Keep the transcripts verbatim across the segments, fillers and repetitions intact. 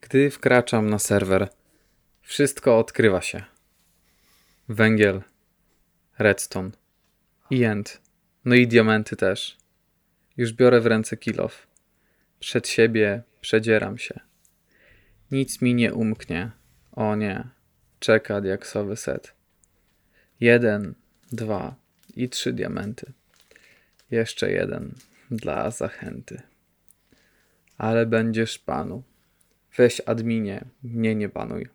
Gdy wkraczam na serwer, wszystko odkrywa się. Węgiel, redstone, i end, no i diamenty też. Już biorę w ręce kilof. Przed siebie przedzieram się. Nic mi nie umknie. O nie, czeka diaksowy set. Jeden, dwa i trzy diamenty. Jeszcze jeden dla zachęty. Ale będziesz panu. Weź adminie, mnie nie banuj.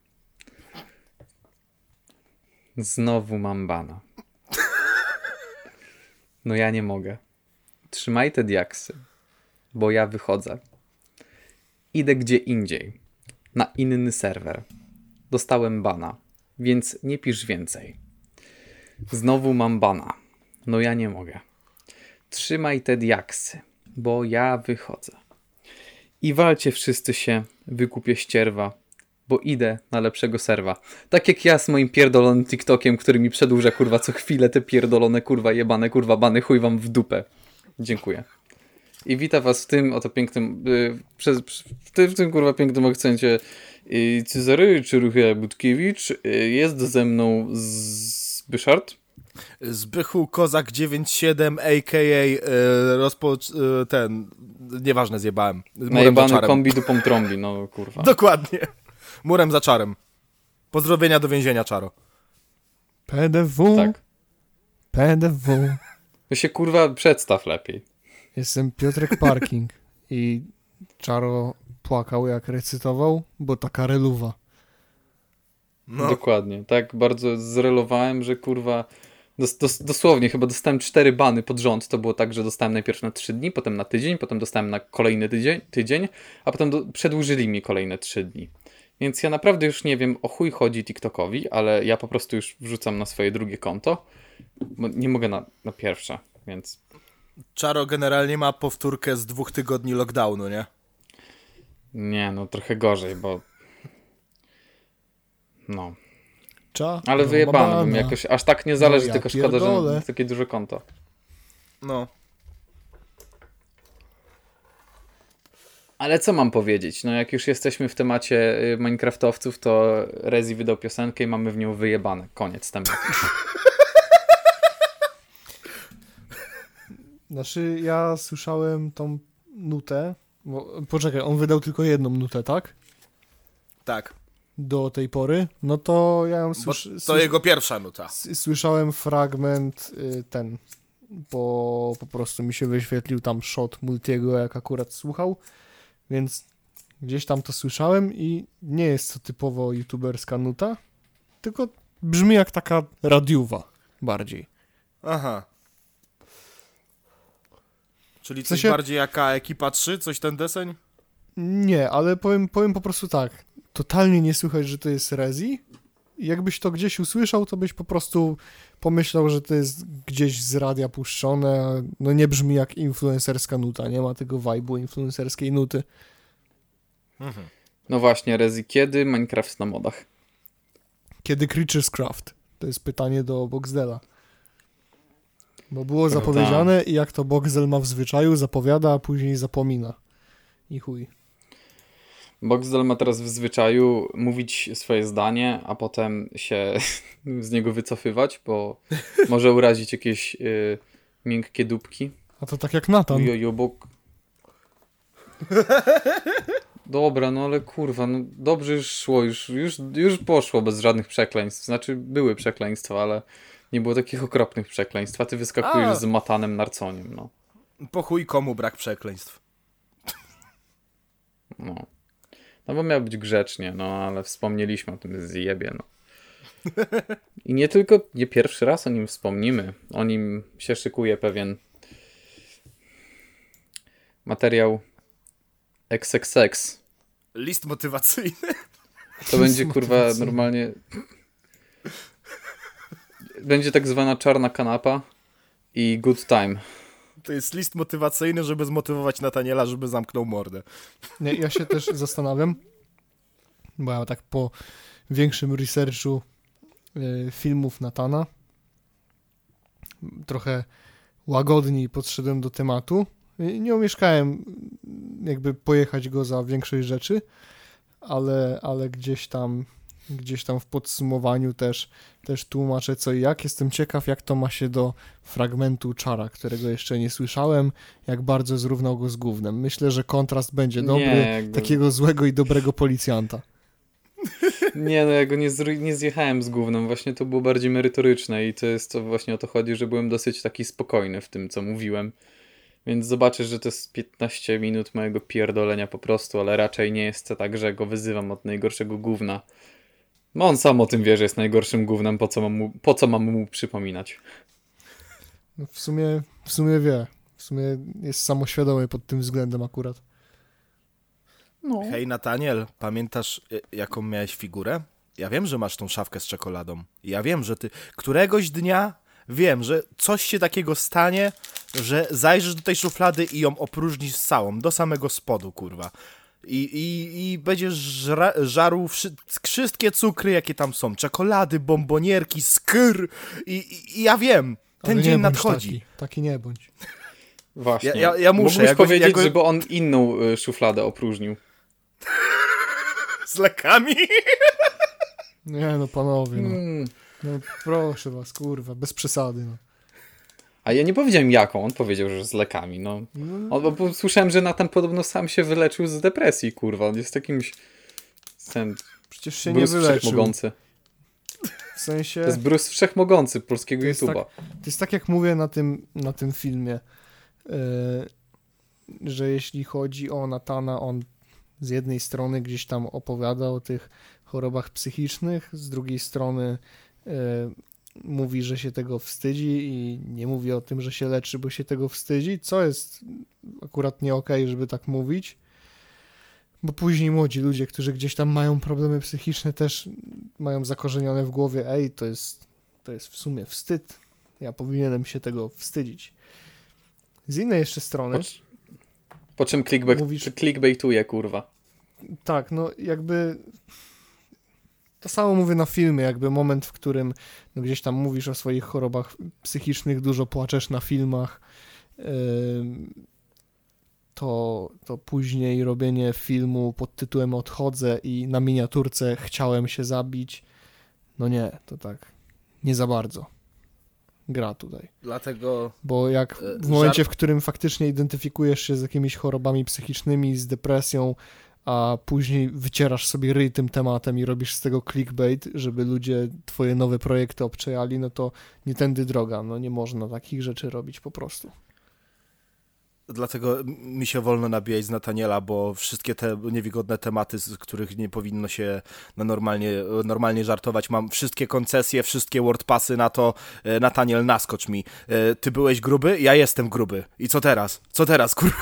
Znowu mam bana. No ja nie mogę. Trzymaj te diaksy, bo ja wychodzę. Idę gdzie indziej. Na inny serwer. Dostałem bana, więc nie pisz więcej. Znowu mam bana. No ja nie mogę. Trzymaj te diaksy, bo ja wychodzę. I walcie wszyscy się, wykupię ścierwa, bo idę na lepszego serwa. Tak jak ja z moim pierdolonym TikTokiem, który mi przedłuża kurwa co chwilę te pierdolone kurwa jebane kurwa bany, chuj wam w dupę. Dziękuję. I witam was w tym oto pięknym, yy, przez, w, tym, w tym kurwa pięknym akcencie yy, Cezary Czerucha Budkiewicz. Yy, jest ze mną Zbyszard. Zbychu Kozak dziewięćdziesiąt siedem, a k a. Yy, rozpoc... Yy, ten... Nieważne, zjebałem. Najebany kombi dupą trąbi, no kurwa. Dokładnie. Murem za czarem. Pozdrowienia do więzienia, Czaro. P D W. Tak. P D W. To się kurwa przedstaw lepiej. Jestem Piotrek Parking i Czaro płakał jak recytował, bo taka reluwa. No. Dokładnie. Tak bardzo zrelowałem, że kurwa dos, dos, dosłownie chyba dostałem cztery bany pod rząd. To było tak, że dostałem najpierw na trzy dni, potem na tydzień, potem dostałem na kolejny tydzień, tydzień a potem do, przedłużyli mi kolejne trzy dni. Więc ja naprawdę już nie wiem, o chuj chodzi TikTokowi, ale ja po prostu już wrzucam na swoje drugie konto, bo nie mogę na, na pierwsze, więc... Czaro generalnie ma powtórkę z dwóch tygodni lockdownu, nie? Nie, no trochę gorzej, bo... No. Cza, ale no wyjebane, bym jakoś aż tak nie zależy, no ja tylko szkoda, pierdolę. że takie duże konto. No. Ale co mam powiedzieć? No jak już jesteśmy w temacie Minecraftowców, to Rezi wydał piosenkę i mamy w nią wyjebane. Koniec tematu. Znaczy, ja słyszałem tą nutę, bo, poczekaj, on wydał tylko jedną nutę, tak? Tak. Do tej pory, no to ja ją słysz... Bo to słysz... jego pierwsza nuta. Słyszałem fragment y, ten, bo po prostu mi się wyświetlił tam shot Multiego, jak akurat słuchał, więc gdzieś tam to słyszałem i nie jest to typowo youtuberska nuta, tylko brzmi jak taka radiuwa bardziej. Aha. Czyli W coś sensie... bardziej jak Ekipa trzy? Coś ten deseń? Nie, ale powiem, powiem po prostu tak. Totalnie nie słychać, że to jest Rezi. Jakbyś to gdzieś usłyszał, to byś po prostu pomyślał, że to jest gdzieś z radia puszczone. No nie brzmi jak influencerska nuta, nie ma tego vibe'u influencerskiej nuty. Mhm. No właśnie, Rezi, kiedy Minecraft na modach? Kiedy Creatures Craft? To jest pytanie do Boxdela. Bo było zapowiedziane i jak to Boxdel ma w zwyczaju, zapowiada, a później zapomina. I chuj. Boxdel ma teraz w zwyczaju mówić swoje zdanie, a potem się z niego wycofywać, bo może urazić jakieś y, miękkie dupki. A to tak jak Nathan. Jojo, bo... Dobra, no ale kurwa, no dobrze już szło, już, już, już poszło bez żadnych przekleństw. Znaczy były przekleństwa, ale nie było takich okropnych przekleństw. A ty wyskakujesz A. z Matanem Narconiem, no. Po chuj komu brak przekleństw. No. No bo miał być grzecznie, no ale wspomnieliśmy o tym zjebie, no. I nie tylko, nie pierwszy raz o nim wspomnimy. O nim się szykuje pewien materiał X X X. List motywacyjny. To będzie kurwa normalnie... Będzie tak zwana czarna kanapa i good time. To jest list motywacyjny, żeby zmotywować Nataniela, żeby zamknął mordę. Nie, ja się też zastanawiam, bo ja tak po większym researchu y, filmów Natana trochę łagodniej podszedłem do tematu. Nie omieszkałem jakby pojechać go za większość rzeczy, ale, ale gdzieś tam gdzieś tam w podsumowaniu też, też tłumaczę co i jak. Jestem ciekaw, jak to ma się do fragmentu Czara, którego jeszcze nie słyszałem, jak bardzo zrównał go z gównem. Myślę, że kontrast będzie dobry, Nie, jakby- takiego złego i dobrego policjanta. Nie, no ja go nie, zru- nie zjechałem z gównem, właśnie to było bardziej merytoryczne i to jest to właśnie o to chodzi, że byłem dosyć taki spokojny w tym, co mówiłem. Więc zobaczysz, że to jest piętnaście minut mojego pierdolenia po prostu, ale raczej nie jest to tak, że go wyzywam od najgorszego gówna. No on sam o tym wie, że jest najgorszym gównem, po co mam mu, po co mam mu przypominać. No w sumie, w sumie wie. W sumie jest samoświadomy pod tym względem akurat. No. Hej Nataniel, pamiętasz y, jaką miałeś figurę? Ja wiem, że masz tą szafkę z czekoladą. Ja wiem, że ty któregoś dnia wiem, że coś się takiego stanie, że zajrzysz do tej szuflady i ją opróżnisz całą, do samego spodu, kurwa. I, i, i będziesz żra, żarł wszy, wszystkie cukry, jakie tam są. Czekolady, bombonierki, skyr. I, i, i ja wiem, ten Ale dzień nie bądź nadchodzi. Taki, taki nie bądź. Właśnie. Ja- ja- ja muszę, Mógłbyś ja go- powiedzieć, ja go- żeby on inną y, szufladę opróżnił. Z lekami? Nie no, panowie, no. Mm. no proszę was, kurwa, bez przesady, no. A ja nie powiedziałem jaką, on powiedział, że z lekami, no. On, bo, bo słyszałem, że Nathan podobno sam się wyleczył z depresji, kurwa. On jest jakimś... Ten Przecież się nie Bruce wyleczył. Wszechmogący. W sensie... To jest Bruce Wszechmogący polskiego To jest YouTube'a. To jest tak, jak mówię na tym, na tym filmie, yy, że jeśli chodzi o Nathana, on z jednej strony gdzieś tam opowiada o tych chorobach psychicznych, z drugiej strony yy, mówi, że się tego wstydzi i nie mówi o tym, że się leczy, bo się tego wstydzi, co jest akurat nie okej, żeby tak mówić, bo później młodzi ludzie, którzy gdzieś tam mają problemy psychiczne, też mają zakorzenione w głowie, ej, to jest, to jest w sumie wstyd, ja powinienem się tego wstydzić. Z innej jeszcze strony, Po, po czym clickbait, Mówisz- clickbaituje, kurwa. tak, no jakby to samo mówię na filmie, jakby moment, w którym no gdzieś tam mówisz o swoich chorobach psychicznych, dużo płaczesz na filmach, ym, to, to później robienie filmu pod tytułem Odchodzę i na miniaturce chciałem się zabić, no nie, to tak nie za bardzo gra tutaj. Dlatego... Bo jak E, w momencie, żart- w którym faktycznie identyfikujesz się z jakimiś chorobami psychicznymi, z depresją, a później wycierasz sobie ryj tym tematem i robisz z tego clickbait, żeby ludzie twoje nowe projekty obczajali, no to nie tędy droga, no nie można takich rzeczy robić po prostu. Dlatego mi się wolno nabijać z Nataniela, bo wszystkie te niewygodne tematy, z których nie powinno się na normalnie, normalnie żartować, mam wszystkie koncesje, wszystkie wordpassy na to. E, Nataniel, naskocz mi. E, Ty byłeś gruby? Ja jestem gruby. I co teraz? Co teraz, kurwa?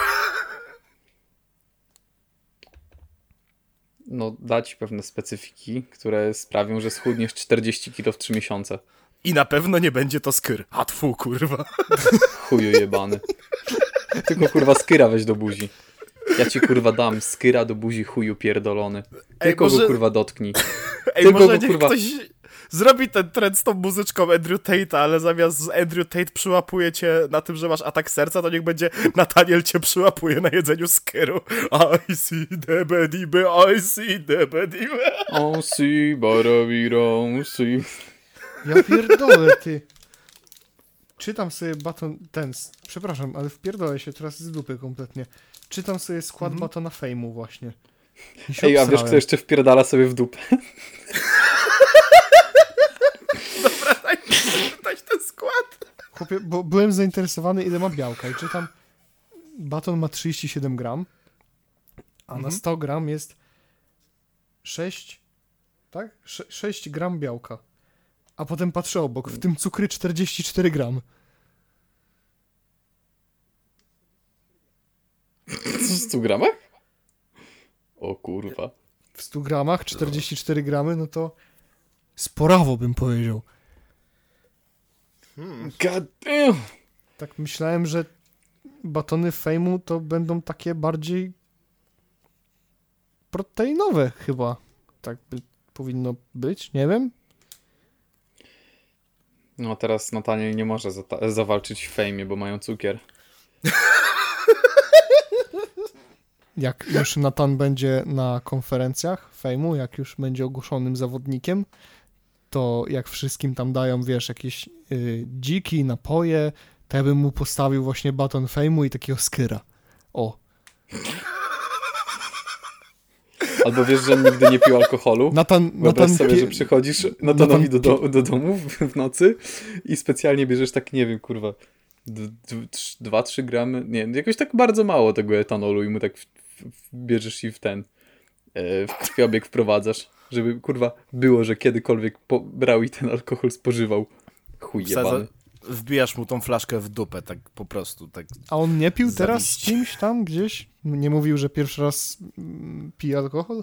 No, dać pewne specyfiki, które sprawią, że schudniesz czterdzieści kilo w trzy miesiące. I na pewno nie będzie to skyr. A tfu, kurwa. Chuju jebany. Tylko kurwa skyra weź do buzi. Ja ci kurwa dam skyra do buzi, chuju pierdolony. Tylko może- go kurwa dotknij. Ej, Tylko może go, niech kurwa- ktoś zrobi ten trend z tą muzyczką Andrew Tate'a, ale zamiast z Andrew Tate przyłapuje cię na tym, że masz atak serca, to niech będzie Nataniel cię przyłapuje na jedzeniu skyru. I see the baby, I see the baby. O si, barabiro, si. Ja pierdolę, ty. Czytam sobie baton, ten, s- przepraszam, ale wpierdolę się teraz z dupy kompletnie. Czytam sobie skład Mhm. batona fejmu właśnie. I się Ej, a wiesz obsrałem. kto jeszcze wpierdala sobie w dupę? Daj mi przeczytać ten skład. Chłopie, bo byłem zainteresowany, ile ma białka i czytam, baton ma trzydzieści siedem gram, a Mhm. na sto gram jest sześć, tak? Sze- sześć gram białka. A potem patrzę obok, w tym cukry czterdzieści cztery gram. W stu gramach? O kurwa. W stu gramach czterdzieści cztery gramy, no to sporawo bym powiedział. God damn. Tak myślałem, że batony fejmu to będą takie bardziej proteinowe chyba. Tak by powinno być, nie wiem. No teraz Nataniel nie może zata- zawalczyć w fejmie, bo mają cukier. jak już Nathan będzie na konferencjach fejmu, jak już będzie ogłoszonym zawodnikiem, to jak wszystkim tam dają, wiesz, jakieś y, dziki, napoje, to ja bym mu postawił właśnie baton fejmu i takiego skyra. O. Albo wiesz, że on nigdy nie pił alkoholu? Nathan, Wyobraź Nathan sobie, pie- że przychodzisz Nathanowi do, Nathan do, do domu w, w nocy i specjalnie bierzesz tak, nie wiem, kurwa, dwa trzy gramy, nie, jakoś tak bardzo mało tego etanolu i mu tak w, w, bierzesz i w ten, e, w krwiobieg wprowadzasz, żeby, kurwa, było, że kiedykolwiek po, brał i ten alkohol spożywał. Chuj jebany. Wbijasz mu tą flaszkę w dupę, tak po prostu, tak. A on nie pił teraz z zawiść. kimś tam gdzieś? Nie mówił, że pierwszy raz mm, pije alkohol?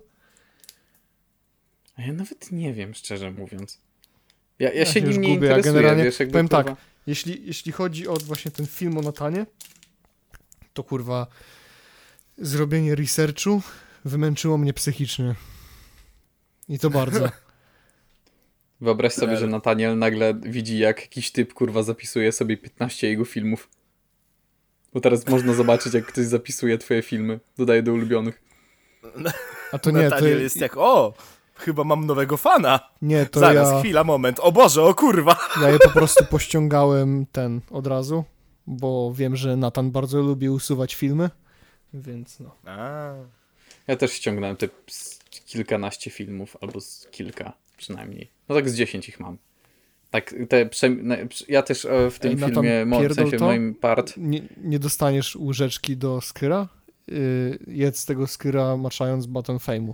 A ja nawet nie wiem, szczerze mówiąc. Ja, ja, Ja się się nim już nie gubię, ja interesuję, generalnie wiesz, jakby, powiem kurwa, tak, Jeśli, jeśli chodzi o właśnie ten film o Nathanie, to kurwa zrobienie researchu wymęczyło mnie psychicznie. I to bardzo. Wyobraź sobie, że Nathaniel nagle widzi, jak jakiś typ, kurwa, zapisuje sobie piętnaście jego filmów. Bo teraz można zobaczyć, jak ktoś zapisuje twoje filmy. Dodaje do ulubionych. A to nie, to Nathaniel jest jak, o, chyba mam nowego fana. nie, to Zaraz, ja, chwila, moment. O Boże, o kurwa. ja je po prostu pościągałem ten od razu, bo wiem, że Nathan bardzo lubi usuwać filmy, więc no. A. Ja też ściągnąłem te z kilkanaście filmów, albo z kilka przynajmniej. No tak z dziesięć ich mam. Tak, te prze... ja też e, w tym Ej, Nathan, filmie, mo... w pierdol sensie to? moim part, Nie, nie dostaniesz łyżeczki do skyra? Yy, jedz tego skyra maczając baton fejmu.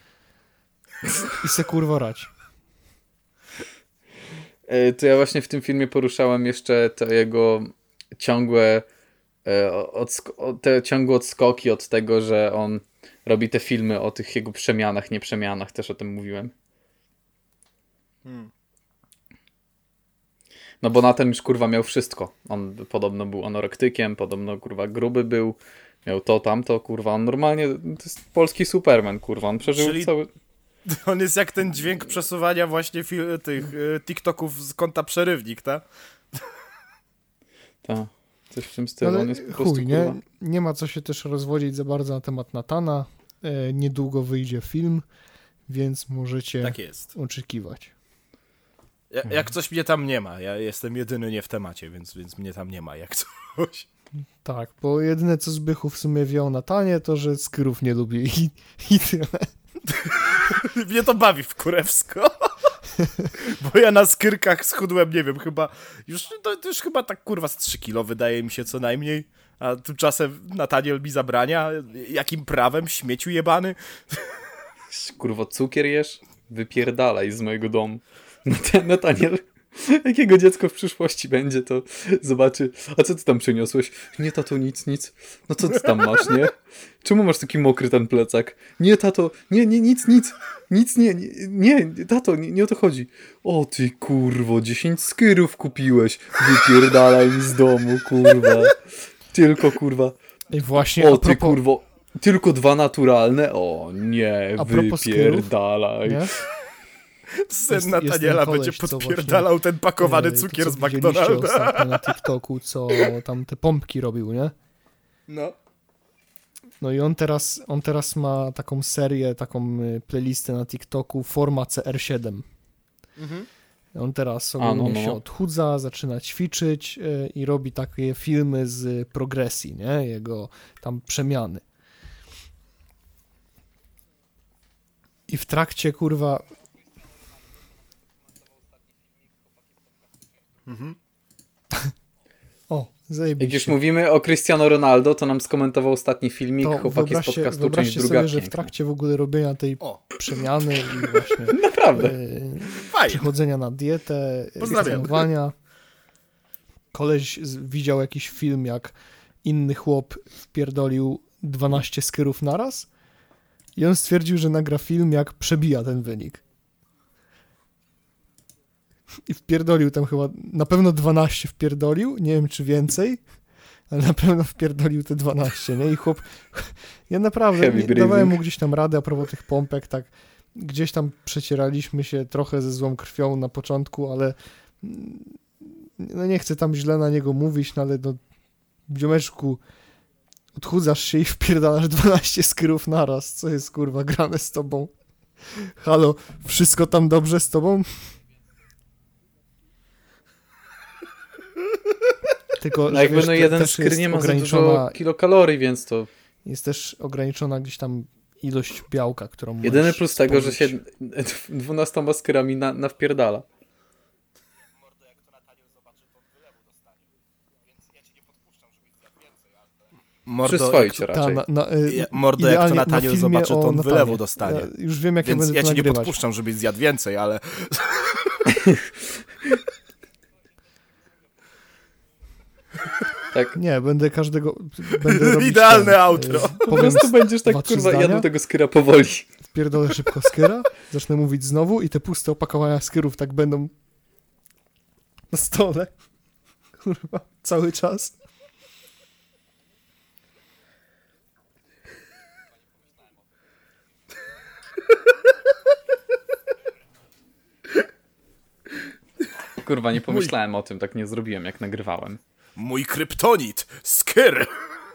I se kurwa rać. e, to ja właśnie w tym filmie poruszałem jeszcze te jego ciągłe e, odsk- o- te ciągłe odskoki od tego, że on robi te filmy o tych jego przemianach, nieprzemianach, też o tym mówiłem. Hmm. No bo na ten już kurwa miał wszystko. On podobno był anorektykiem, podobno kurwa gruby był, miał to, tamto, kurwa. On normalnie, to jest polski Superman, kurwa. On przeżył Czyli- cały... On jest jak ten dźwięk przesuwania właśnie fil- tych y, TikToków z konta przerywnik, tak? Ta, coś w tym stylu. Ale On jest po prostu, chuj, kurwa... nie, nie ma co się też rozwodzić za bardzo na temat Nathana. E, niedługo wyjdzie film, więc możecie Tak jest. oczekiwać. Ja, jak coś mnie tam nie ma, ja jestem jedyny nie w temacie, więc, więc mnie tam nie ma, jak coś. Tak, bo jedyne co Zbychu w sumie wie o Nathanie, to że skyrów nie lubi i, i tyle. Mnie to bawi w kurewsko. Bo ja na skyrkach schudłem, nie wiem, chyba już, to, to już chyba tak kurwa z trzy kilo wydaje mi się co najmniej. A tymczasem Nathaniel mi zabrania. Jakim prawem, śmieciu jebany? Kurwa, cukier jesz? Wypierdalaj z mojego domu. No ten Nathaniel, jakiego dziecko w przyszłości będzie, to zobaczy. A co ty tam przyniosłeś? Nie, tato, nic, nic. No co ty tam masz, nie? Czemu masz taki mokry ten plecak? Nie, tato, nie, nie, nic, nic. Nic, nie, nie, nie tato, nie, nie o to chodzi. O ty kurwo, dziesięć skyrów kupiłeś. Wypierdalaj mi z domu, kurwa. Tylko, kurwa. I właśnie O a ty propos, kurwo, tylko dwa naturalne? O nie, A propos wypierdalaj. nie? Syn Jest- Nathaniela jest ten będzie koleś, co podpierdalał ten pakowany E, to, cukier co z widzieliście McDonalda. ostatnio na TikToku, co tam te pompki robił, nie? No. No i on teraz, on teraz ma taką serię, taką y, playlistę na TikToku Forma C R siedem. Mhm. On teraz A, ogólnie no, no. się odchudza, zaczyna ćwiczyć y, i robi takie filmy z progresji, nie? Jego tam przemiany. I w trakcie, kurwa... Mhm. O, zajebiście. Jak już mówimy o Cristiano Ronaldo, to nam skomentował ostatni filmik To chłopaki z wyobraźcie, podcastu Część wyobraźcie Druga. sobie, że w Piękna. trakcie w ogóle robienia tej O, przemiany i właśnie Naprawdę. y, fajnie. przechodzenia na dietę, Pozdrawiam. trenowania. Koleś z- widział jakiś film, jak inny chłop wpierdolił dwanaście skyrów naraz i on stwierdził, że nagra film, jak przebija ten wynik. I wpierdolił tam chyba, na pewno dwanaście wpierdolił, nie wiem czy więcej, ale na pewno wpierdolił te dwanaście, nie? I chłop, ja naprawdę Heavy nie, breathing. dawałem mu gdzieś tam radę a propos tych pompek, tak gdzieś tam przecieraliśmy się trochę ze złą krwią na początku, ale mm, no nie chcę tam źle na niego mówić, no ale no ziomeczku, odchudzasz się i wpierdalasz dwanaście skyrów naraz. Co jest, kurwa, grane z tobą? Halo, wszystko tam dobrze z tobą? Tylko, No że jakby wiesz, no te- jeden też skry jest nie ma za ograniczona, dużo kilokalorii, więc to... jest też ograniczona gdzieś tam ilość białka, którą możesz Jedyny plus tego, że się spożyć. dwunastoma skyrami na, nawpierdala. Mordo, Przyswoicie jak, Ta, raczej. na, na, y, ja, mordo, jak to idealnie na Natanio filmie zobaczy, to o on Natanie. wylewu dostanie. Ja już wiem, jak Więc ja będę ja to cię nie nagrywać. podpuszczam, żebyś zjadł więcej, ale Tak. Nie, będę każdego... Będę robić Idealne ten, outro. y, Po powiem prostu będziesz tak, dwa, trzy kurwa, zdania. jadł tego skyra powoli. Wpierdolę szybko skyra, zacznę mówić znowu i te puste opakowania skyrów tak będą na stole. Kurwa, cały czas. Kurwa, nie pomyślałem o tym, tak nie zrobiłem, jak nagrywałem. mój kryptonit, skyr.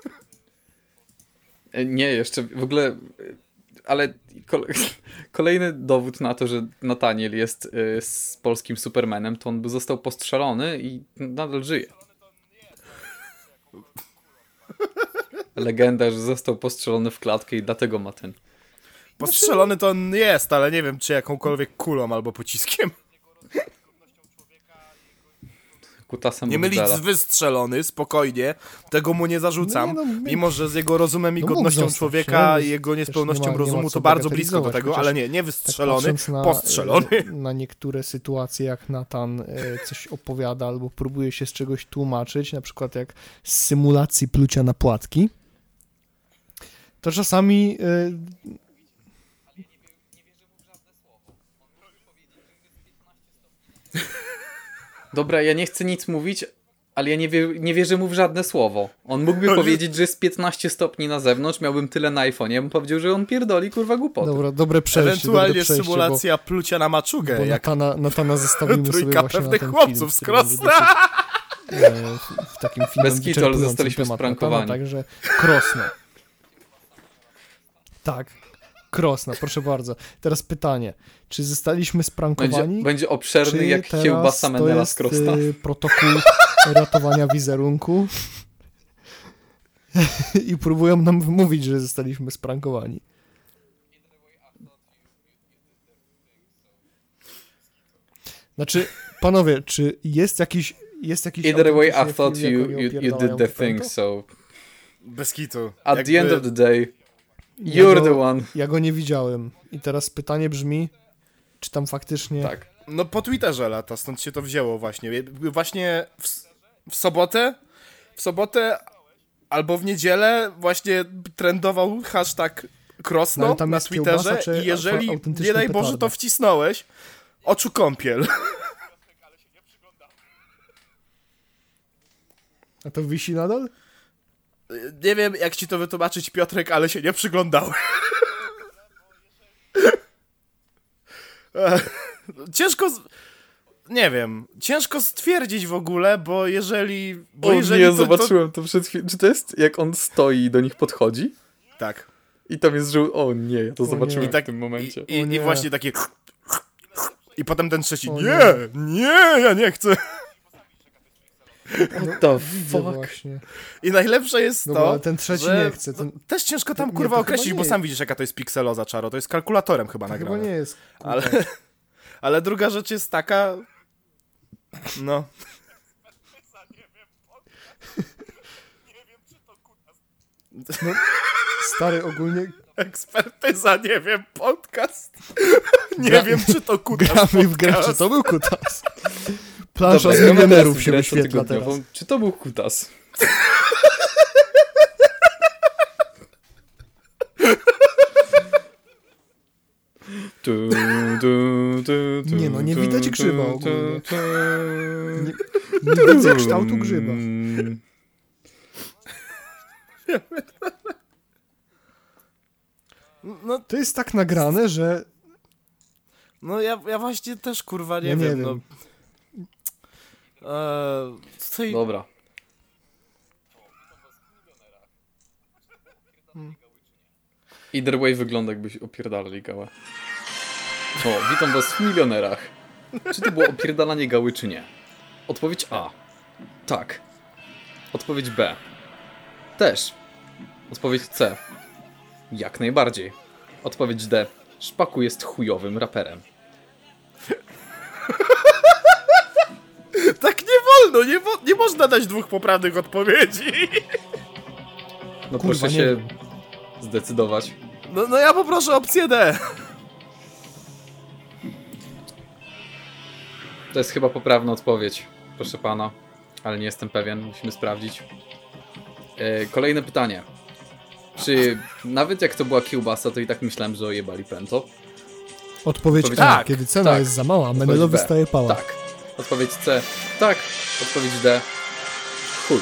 E, Nie, jeszcze w ogóle... e, Ale kole, kolejny dowód na to, że Nathaniel jest e, z polskim Supermanem, to on by został postrzelony i nadal żyje. Legenda, że został postrzelony w klatkę i dlatego ma ten... Postrzelony to on jest, ale nie wiem, czy jakąkolwiek kulą albo pociskiem. Kutasem Nie mylić Boxdela. z wystrzelony, spokojnie. Tego mu nie zarzucam. No nie, no, my- Mimo, że z jego rozumem i No mógł godnością zostać, człowieka no, i jego też niespełnością nie ma- nie ma rozumu co to bardzo blisko do bagatelizować, tego, chociaż ale nie, nie Tak wystrzelony, patrząc na, postrzelony. y, na niektóre sytuacje, jak Nathan y, coś opowiada albo próbuje się z czegoś tłumaczyć, na przykład jak z symulacji plucia na płatki, to czasami y, Dobra, ja nie chcę nic mówić, ale ja nie, wie, nie wierzę mu w żadne słowo. On mógłby Ale- powiedzieć, że jest piętnaście stopni na zewnątrz, miałbym tyle na iPhone'ie, ja bym powiedział, że on pierdoli, kurwa, głupoty. dobra, dobre przejście, Ewentualnie dobre przejście, symulacja plucia na bo, maczugę, bo jak Natana, Natana zostawimy sobie trójka właśnie na pewnych ten chłopców z film, który będzie Krosna. dosyć, e, w- w takim filmie Bez kitu, ale wyczerpującym zostaliśmy temat sprankowani. Natana, także Krosno. Tak, Krosna, proszę bardzo. Teraz pytanie, czy zostaliśmy sprankowani? Będzie, będzie obszerny czy jak teraz kiełbasa to Menela z jest Krosna. y, protokół ratowania wizerunku i próbują nam wmówić, że zostaliśmy sprankowani. Znaczy, panowie, czy jest jakiś jest jakiś Either way, I autentyczny thought film, you, jak oni you, you opierdalają did the to thing, tempo? so... bez kitu. At Jakby- the end of the day, Ja you're go- the one. Ja go nie widziałem. I teraz pytanie brzmi, czy tam faktycznie... Tak. No po Twitterze lata, stąd się to wzięło właśnie. Właśnie w, s- w sobotę, w sobotę albo w niedzielę właśnie trendował hashtag No, Krosno ale tam na jest Twitterze kiełbasa, czy i jeżeli, autentyczny nie daj Boże, petarda? to wcisnąłeś, oczu kąpiel. A to wisi nadal? Nie wiem, jak ci to wytłumaczyć, Piotrek, ale się nie przyglądał. Ciężko... Z... Nie wiem. Ciężko stwierdzić w ogóle, bo jeżeli... Bo O jeżeli nie, to, zobaczyłem to przed chwilą. Czy to jest jak on stoi i do nich podchodzi? To... Tak. I tam jest, że o nie, ja to O zobaczyłem nie. w tym momencie. I, i, O nie. i właśnie takie... I potem ten trzeci, O nie, nie. nie, ja nie chcę. What the Widzę fuck? właśnie. I najlepsze jest Dobra, to, ale ten trzeci że nie chce. Ten, też ciężko tam Nie, kurwa to chyba określić, bo nie. sam widzisz, jaka to jest pikseloza, Czaro. To jest kalkulatorem chyba to chyba nagrane. nie jest... Ale, ale druga rzecz jest taka... No... No, stary, ogólnie Ekspertyza, nie wiem, podcast. Nie Gra- wiem, czy to kutas gramy w grę, podcast. czy to był kutas? Plansza Dobra, z gramy milionerów teraz w się grę wyświetla cotygodniową. teraz. Czy to był kutas? Tu, tu, tu, tu, Nie no, nie tu, widać tu, grzyba tu, ogólnie. tu. Nie, nie widzę kształtu grzyba. Mm. No, To jest tak nagrane, że no ja, ja właśnie też, kurwa, nie Ja nie wiem, wiem. no... Eee, tutaj... Dobra. Either way wygląda, jakbyś opierdalali gałę. O, witam was w Milionerach. Czy to było opierdalanie gały, czy nie? Odpowiedź A. Tak. Odpowiedź B. Też. Odpowiedź C. Jak najbardziej. Odpowiedź D. Szpaku jest chujowym raperem. Tak nie wolno, nie, wo- nie można dać dwóch poprawnych odpowiedzi. No Kurwa, proszę nie się wiem. zdecydować. No, no ja poproszę opcję D. To jest chyba poprawna odpowiedź, proszę pana. Ale nie jestem pewien, musimy sprawdzić. E, kolejne pytanie. Czy nawet jak to była kiełbasa, to i tak myślałem, że ojebali pęto? Odpowiedź Odpowiedź A, tak, kiedy cena tak. jest za mała, Odpowiedź Menelowi B. staje pała. Tak. Odpowiedź C. Tak. Odpowiedź D. Chuj.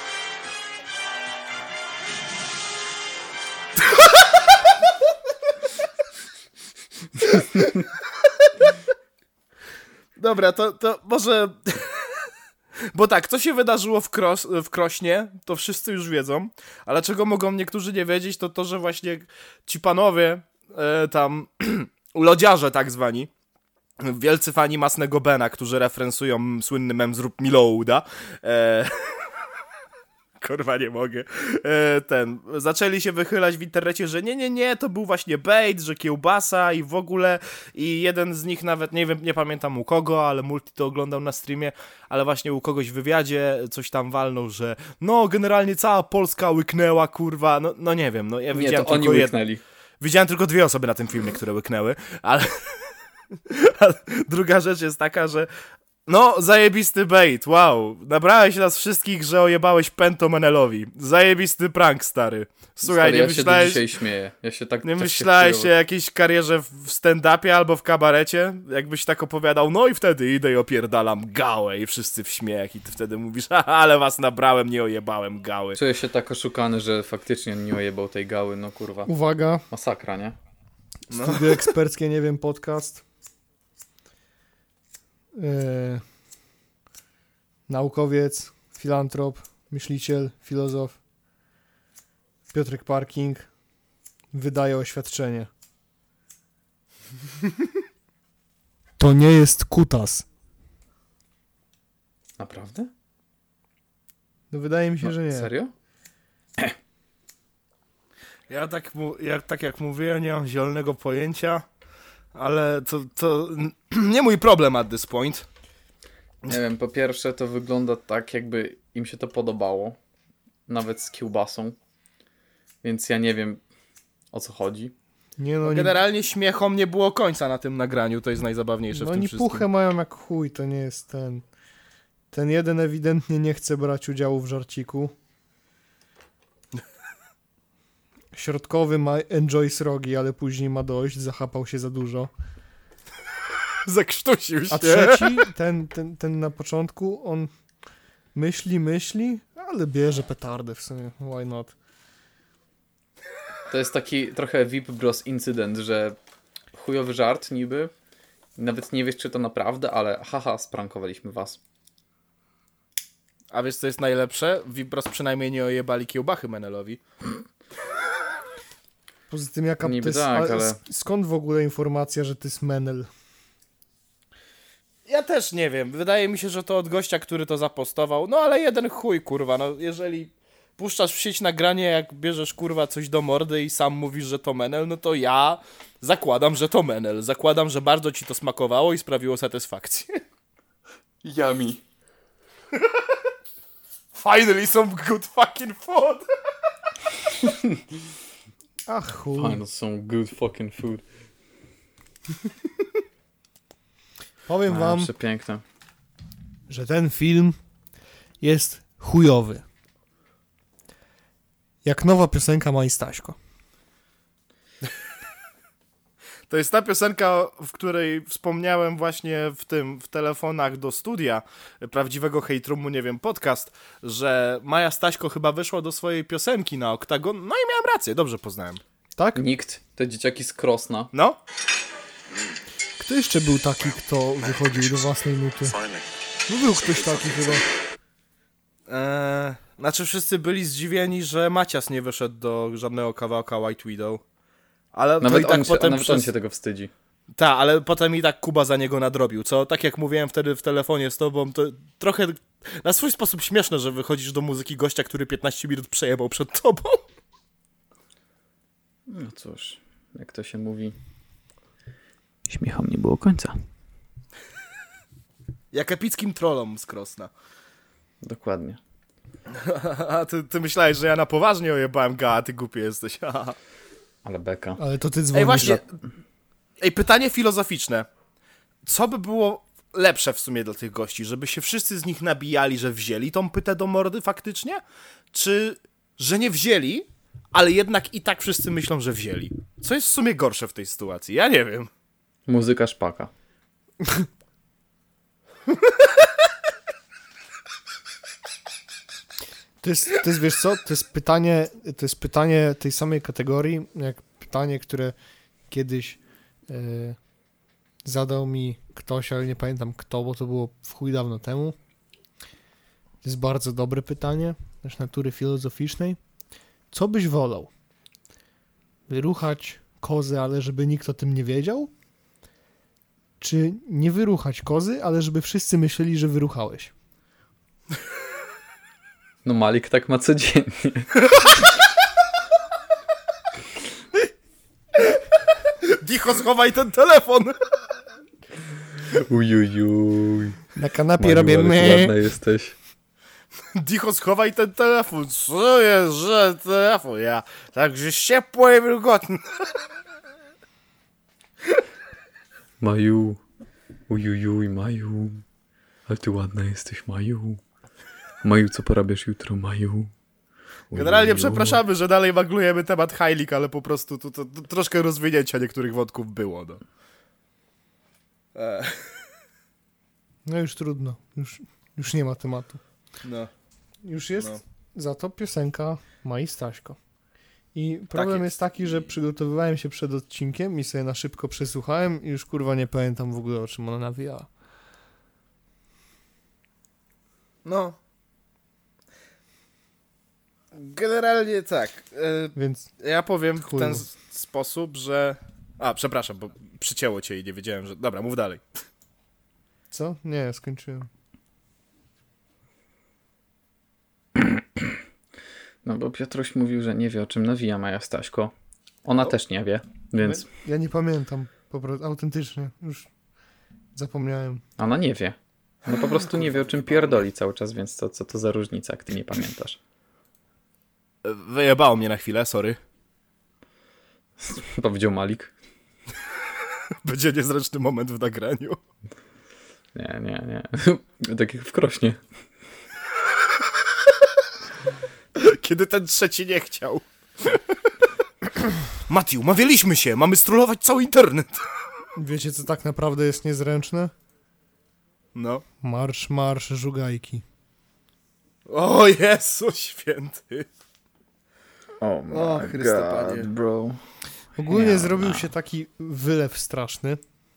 Dobra, to, to może... Bo tak, co się wydarzyło w, Kros, w Krośnie, to wszyscy już wiedzą, ale czego mogą niektórzy nie wiedzieć, to to, że właśnie ci panowie, e, tam, lodziarze tak zwani, wielcy fani Masnego Bena, którzy referensują słynny mem Zrób mi loada, e, kurwa nie mogę, e, ten, zaczęli się wychylać w internecie, że nie, nie, nie, to był właśnie bait, że kiełbasa i w ogóle, i jeden z nich nawet, nie wiem, nie pamiętam u kogo, ale Multi to oglądał na streamie, ale właśnie u kogoś w wywiadzie coś tam walnął, że no, generalnie cała Polska łyknęła, kurwa, no, no nie wiem, no ja Nie, widziałem to oni tylko jed... łyknęli. Widziałem tylko dwie osoby na tym filmie, które łyknęły, ale... ale druga rzecz jest taka, że no, zajebisty bait, wow. Nabrałeś nas wszystkich, że ojebałeś pęto Menelowi. Zajebisty prank, stary. Słuchaj, Stary, nie ja się do myślałeś... dzisiaj śmieję. Ja się tak Nie tak myślałeś się o jakiejś karierze w stand-upie albo w kabarecie? Jakbyś tak opowiadał, no i wtedy idę i opierdalam gałę i wszyscy w śmiech i ty wtedy mówisz, haha, ale was nabrałem, nie ojebałem gały. Czuję się tak oszukany, że faktycznie nie ojebał tej gały, no kurwa. Uwaga, Masakra, nie? No. studio eksperckie, nie wiem, podcast. Yy, naukowiec, filantrop, myśliciel, filozof Piotrek Parking wydaje oświadczenie. To nie jest kutas. Naprawdę? No wydaje mi się, No, że nie. Serio? Ja tak, mu, jak, tak jak mówiłem, nie mam zielonego pojęcia, ale to, to nie mój problem at this point. Nie wiem, po pierwsze to wygląda tak, jakby im się to podobało. Nawet z kiełbasą. Więc ja nie wiem, o co chodzi. Nie no, nie, Generalnie śmiechom nie było końca na tym nagraniu, to jest najzabawniejsze no w tym oni wszystkim. puchę mają jak chuj, to nie jest ten... Ten jeden ewidentnie nie chce brać udziału w żarciku. Środkowy ma enjoy srogi, ale później ma dość, zachapał się za dużo. Zakrztusił się. A trzeci, ten, ten, ten na początku, on myśli, myśli, ale bierze petardę w sumie, why not? To jest taki trochę V I P Bros incydent, że chujowy żart niby. Nawet nie wiesz, czy to naprawdę, ale haha, sprankowaliśmy was. A wiesz, co jest najlepsze? Vibros przynajmniej nie ojebali kiełbachy Menelowi. Poza tym jaka to Niby jest, tak, ale ale- sk- skąd w ogóle informacja, że to jest Menel? Ja też nie wiem. Wydaje mi się, że to od gościa, który to zapostował. No ale jeden chuj, kurwa. No jeżeli puszczasz w sieć nagranie, jak bierzesz, kurwa, coś do mordy i sam mówisz, że to Menel, no to ja zakładam, że to Menel. Zakładam, że bardzo ci to smakowało i sprawiło satysfakcję. Yummy. Finally some good fucking food. Ach chuj. Fine, some good fucking food. Powiem A, wam, przepiękne. że ten film jest chujowy. Jak nowa piosenka Mai Staśko. To jest ta piosenka, w której wspomniałem właśnie w tym, w telefonach do studia prawdziwego Hate Roomu, nie wiem, podcast, że Maja Staśko chyba wyszła do swojej piosenki na Oktagon, no i miałem rację, dobrze poznałem. Tak? Nikt, te dzieciaki z Krosna. No, Kto jeszcze był taki, kto wychodził do własnej nuty? No był ktoś taki chyba. eee, znaczy wszyscy byli zdziwieni, że Macias nie wyszedł do żadnego kawałka White Widow. Ale to Nawet, i tak on, się, potem nawet przez... on się tego wstydzi. Tak, ale potem i tak Kuba za niego nadrobił, co tak jak mówiłem wtedy w telefonie z tobą, to trochę na swój sposób śmieszne, że wychodzisz do muzyki gościa, który piętnaście minut przejebał przed tobą. No cóż, jak to się mówi, śmiechom nie było końca. Jak epickim trollom z Krosna. Dokładnie. A ty, ty myślałeś, że ja na poważnie ojebałem ga, a ty głupi jesteś. Ale beka. Ale to ty dzwonisz. Ej, właśnie, za- ej, pytanie filozoficzne. Co by było lepsze w sumie dla tych gości? Żeby się wszyscy z nich nabijali, że wzięli tą pytę do mordy faktycznie? Czy, że nie wzięli, ale jednak i tak wszyscy myślą, że wzięli? Co jest w sumie gorsze w tej sytuacji? Ja nie wiem. Muzyka szpaka. To jest, to jest, wiesz co, to jest pytanie, to jest pytanie tej samej kategorii, jak pytanie, które kiedyś e, zadał mi ktoś, ale nie pamiętam kto, bo to było w chuj dawno temu. To jest bardzo dobre pytanie, też natury filozoficznej. Co byś wolał? Wyruchać kozę, ale żeby nikt o tym nie wiedział? Czy nie wyruchać kozy, ale żeby wszyscy myśleli, że wyruchałeś? No Malik tak ma codziennie. Dicho, schowaj ten telefon! Ujujuj. Na kanapie Maniu, robię ale ty my. ładna jesteś. Dicho, schowaj ten telefon. Co jest, że telefon? Ja także ciepło i wilgotne. Maju. Ujujuj, Maju. Ale ty ładna jesteś, Maju. Maju, co porabiasz jutro, Maju? Generalnie Ujujuj. przepraszamy, że dalej maglujemy temat Heilig, ale po prostu tu, to, to troszkę rozwinięcia niektórych wątków było. No. E, No już trudno, już, już nie ma tematu. no. Już jest No. za to piosenka Mai Staśko. I problem jest. jest taki, że przygotowywałem się przed odcinkiem i sobie na szybko przesłuchałem i już kurwa nie pamiętam w ogóle, o czym ona nawijała. No. Generalnie tak. E, Więc ja powiem w Chuju. ten s- sposób, że... A, przepraszam, bo przycięło cię i nie wiedziałem, że... Dobra, mów dalej. co? Nie, skończyłem. No bo Piotruś mówił, że nie wie, o czym nawija Maja Staśko. Ona O. też nie wie, więc Ja nie pamiętam, po prostu autentycznie, już zapomniałem. ona nie wie. No po prostu nie wie, o czym pierdoli cały czas, więc to, co to za różnica, jak ty nie pamiętasz. E, Wyjebało mnie na chwilę, sorry. Powiedział Malik. Będzie niezręczny moment w nagraniu. Nie, nie, nie. Tak jak w Krośnie. Kiedy ten trzeci nie chciał. Mati, umawialiśmy się, mamy strollować cały internet. Wiecie, co tak naprawdę jest niezręczne? No. Marsz, marsz, żugajki. O Jezu święty. Oh my O, Chryste Panie. bro. Ogólnie Nie, zrobił no. się taki wylew straszny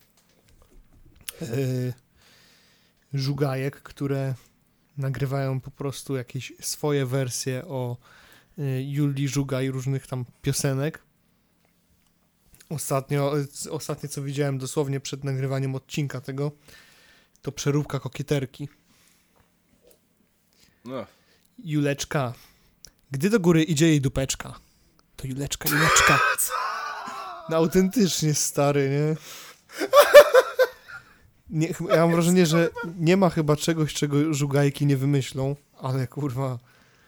yy, żugajek, które nagrywają po prostu jakieś swoje wersje o yy, Julii Żugaj, różnych tam piosenek. Ostatnio, ostatnie co widziałem dosłownie przed nagrywaniem odcinka tego, to przeróbka kokieterki. No. Juleczka. Gdy do góry idzie jej dupeczka, to Juleczka, Juleczka. No autentycznie stary, nie? nie? ch- Ja mam wrażenie, że nie ma chyba czegoś, czego żugajki nie wymyślą, ale kurwa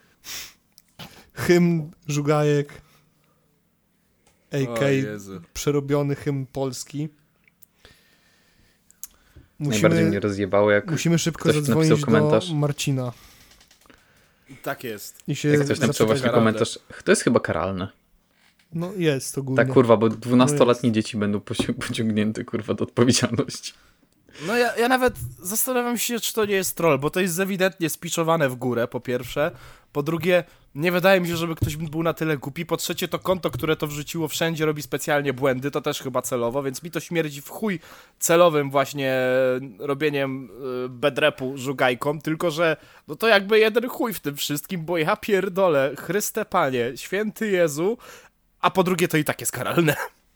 hymn żugajek a k O Jezu. przerobiony hymn polski. Najbardziej mnie Musimy, rozjebało, jak, musimy szybko ktoś zadzwonić napisał komentarz. do Marcina Tak jest. i się jak ktoś napisał zapytać. właśnie karalne. komentarz. To jest chyba karalne. No jest ogólnie. Tak, kurwa, bo dwunastoletnie No dzieci będą poci- pociągnięte, kurwa, do odpowiedzialności. No ja, ja nawet zastanawiam się, czy to nie jest troll, bo to jest ewidentnie spiczowane w górę, po pierwsze. Po drugie, nie wydaje mi się, żeby ktoś był na tyle głupi. Po trzecie, to konto, które to wrzuciło wszędzie, robi specjalnie błędy, to też chyba celowo, więc mi to śmierdzi w chuj celowym właśnie robieniem y, bedrepu żugajką, tylko że no to jakby jeden chuj w tym wszystkim, bo ja pierdolę, Chryste Panie, święty Jezu, a po drugie to i tak jest karalne.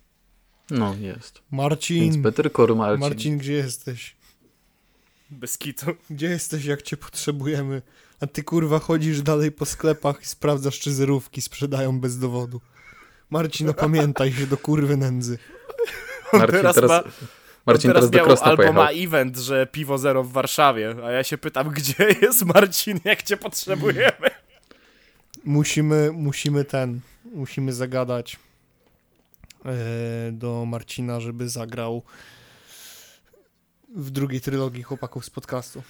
No, jest. Marcin, Więc Better Call Marcin. Marcin, gdzie jesteś? Bez kitu. Gdzie jesteś, jak cię potrzebujemy? A ty, kurwa, chodzisz dalej po sklepach i sprawdzasz, czy zerówki sprzedają bez dowodu. Marcin, opamiętaj się do kurwy nędzy. Marcin teraz teraz, ma- Marcin teraz teraz do miał, Krosna albo pojechał. ma event, że piwo zero w Warszawie, a ja się pytam, gdzie jest Marcin, jak cię potrzebujemy. Musimy, musimy ten, musimy zagadać e, do Marcina, żeby zagrał w drugiej trylogii Chłopaków z podcastu.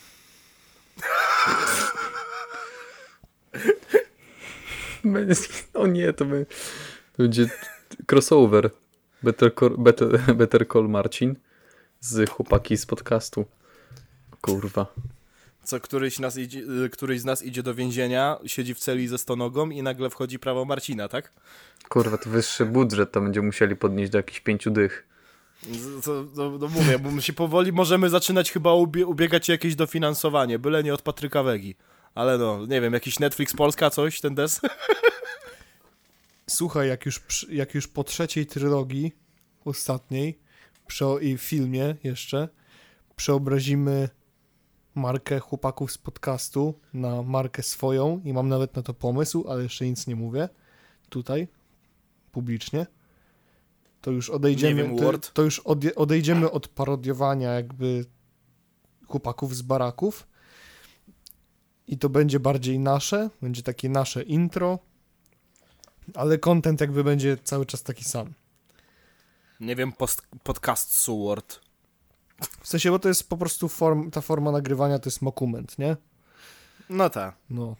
O nie, to, by, to będzie crossover. Better Call, Better, Better Call Marcin z chłopaki z podcastu. Kurwa. Co któryś, nas idzie, y, któryś z nas idzie do więzienia, siedzi w celi ze stonogą i nagle wchodzi prawo Marcina, tak? Kurwa, to wyższy budżet, to będziemy musieli podnieść do jakichś pięciu dych. Z- To, to, to mówię, bo my się powoli możemy zaczynać chyba ubie, ubiegać się jakieś dofinansowanie, byle nie od Patryka Wegi. Ale no, nie wiem, jakiś Netflix Polska, coś, ten des? Słuchaj, jak już, przy- jak już po trzeciej trylogii, ostatniej, prze- i filmie jeszcze, przeobrazimy markę Chłopaków z podcastu na markę swoją i mam nawet na to pomysł, ale jeszcze nic nie mówię tutaj, publicznie, to już odejdziemy, Nie wiem, to, Word. to już odje- odejdziemy od parodiowania jakby Chłopaków z baraków i to będzie bardziej nasze, będzie takie nasze intro, ale content jakby będzie cały czas taki sam. Nie wiem, post, podcast Sword. W sensie, bo to jest po prostu form, ta forma nagrywania to jest mockument, nie? No tak. No.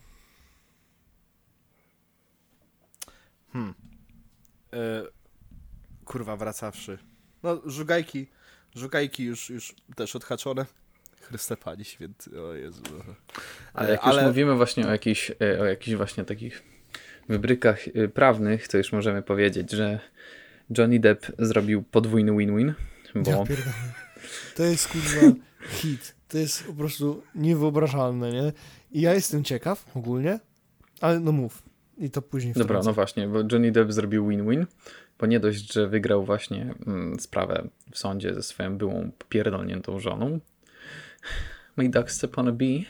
Hmm. E, kurwa, wracawszy. No, żugajki, żugajki już, już też odhaczone. Chryste Pani Święty, o Jezu. Ale E, jak już mówimy właśnie o jakichś, e, o jakichś właśnie takich wybrykach e, prawnych, to już możemy powiedzieć, że Johnny Depp zrobił podwójny win-win, bo Ja pierdolę. To jest kurwa hit. To jest po prostu niewyobrażalne, nie? I ja jestem ciekaw ogólnie, ale no mów. I to później dobra, wtrącę. no właśnie, bo Johnny Depp zrobił win-win, bo nie dość, że wygrał właśnie mm, sprawę w sądzie ze swoją byłą pierdolniętą żoną, My ducks upon a bee,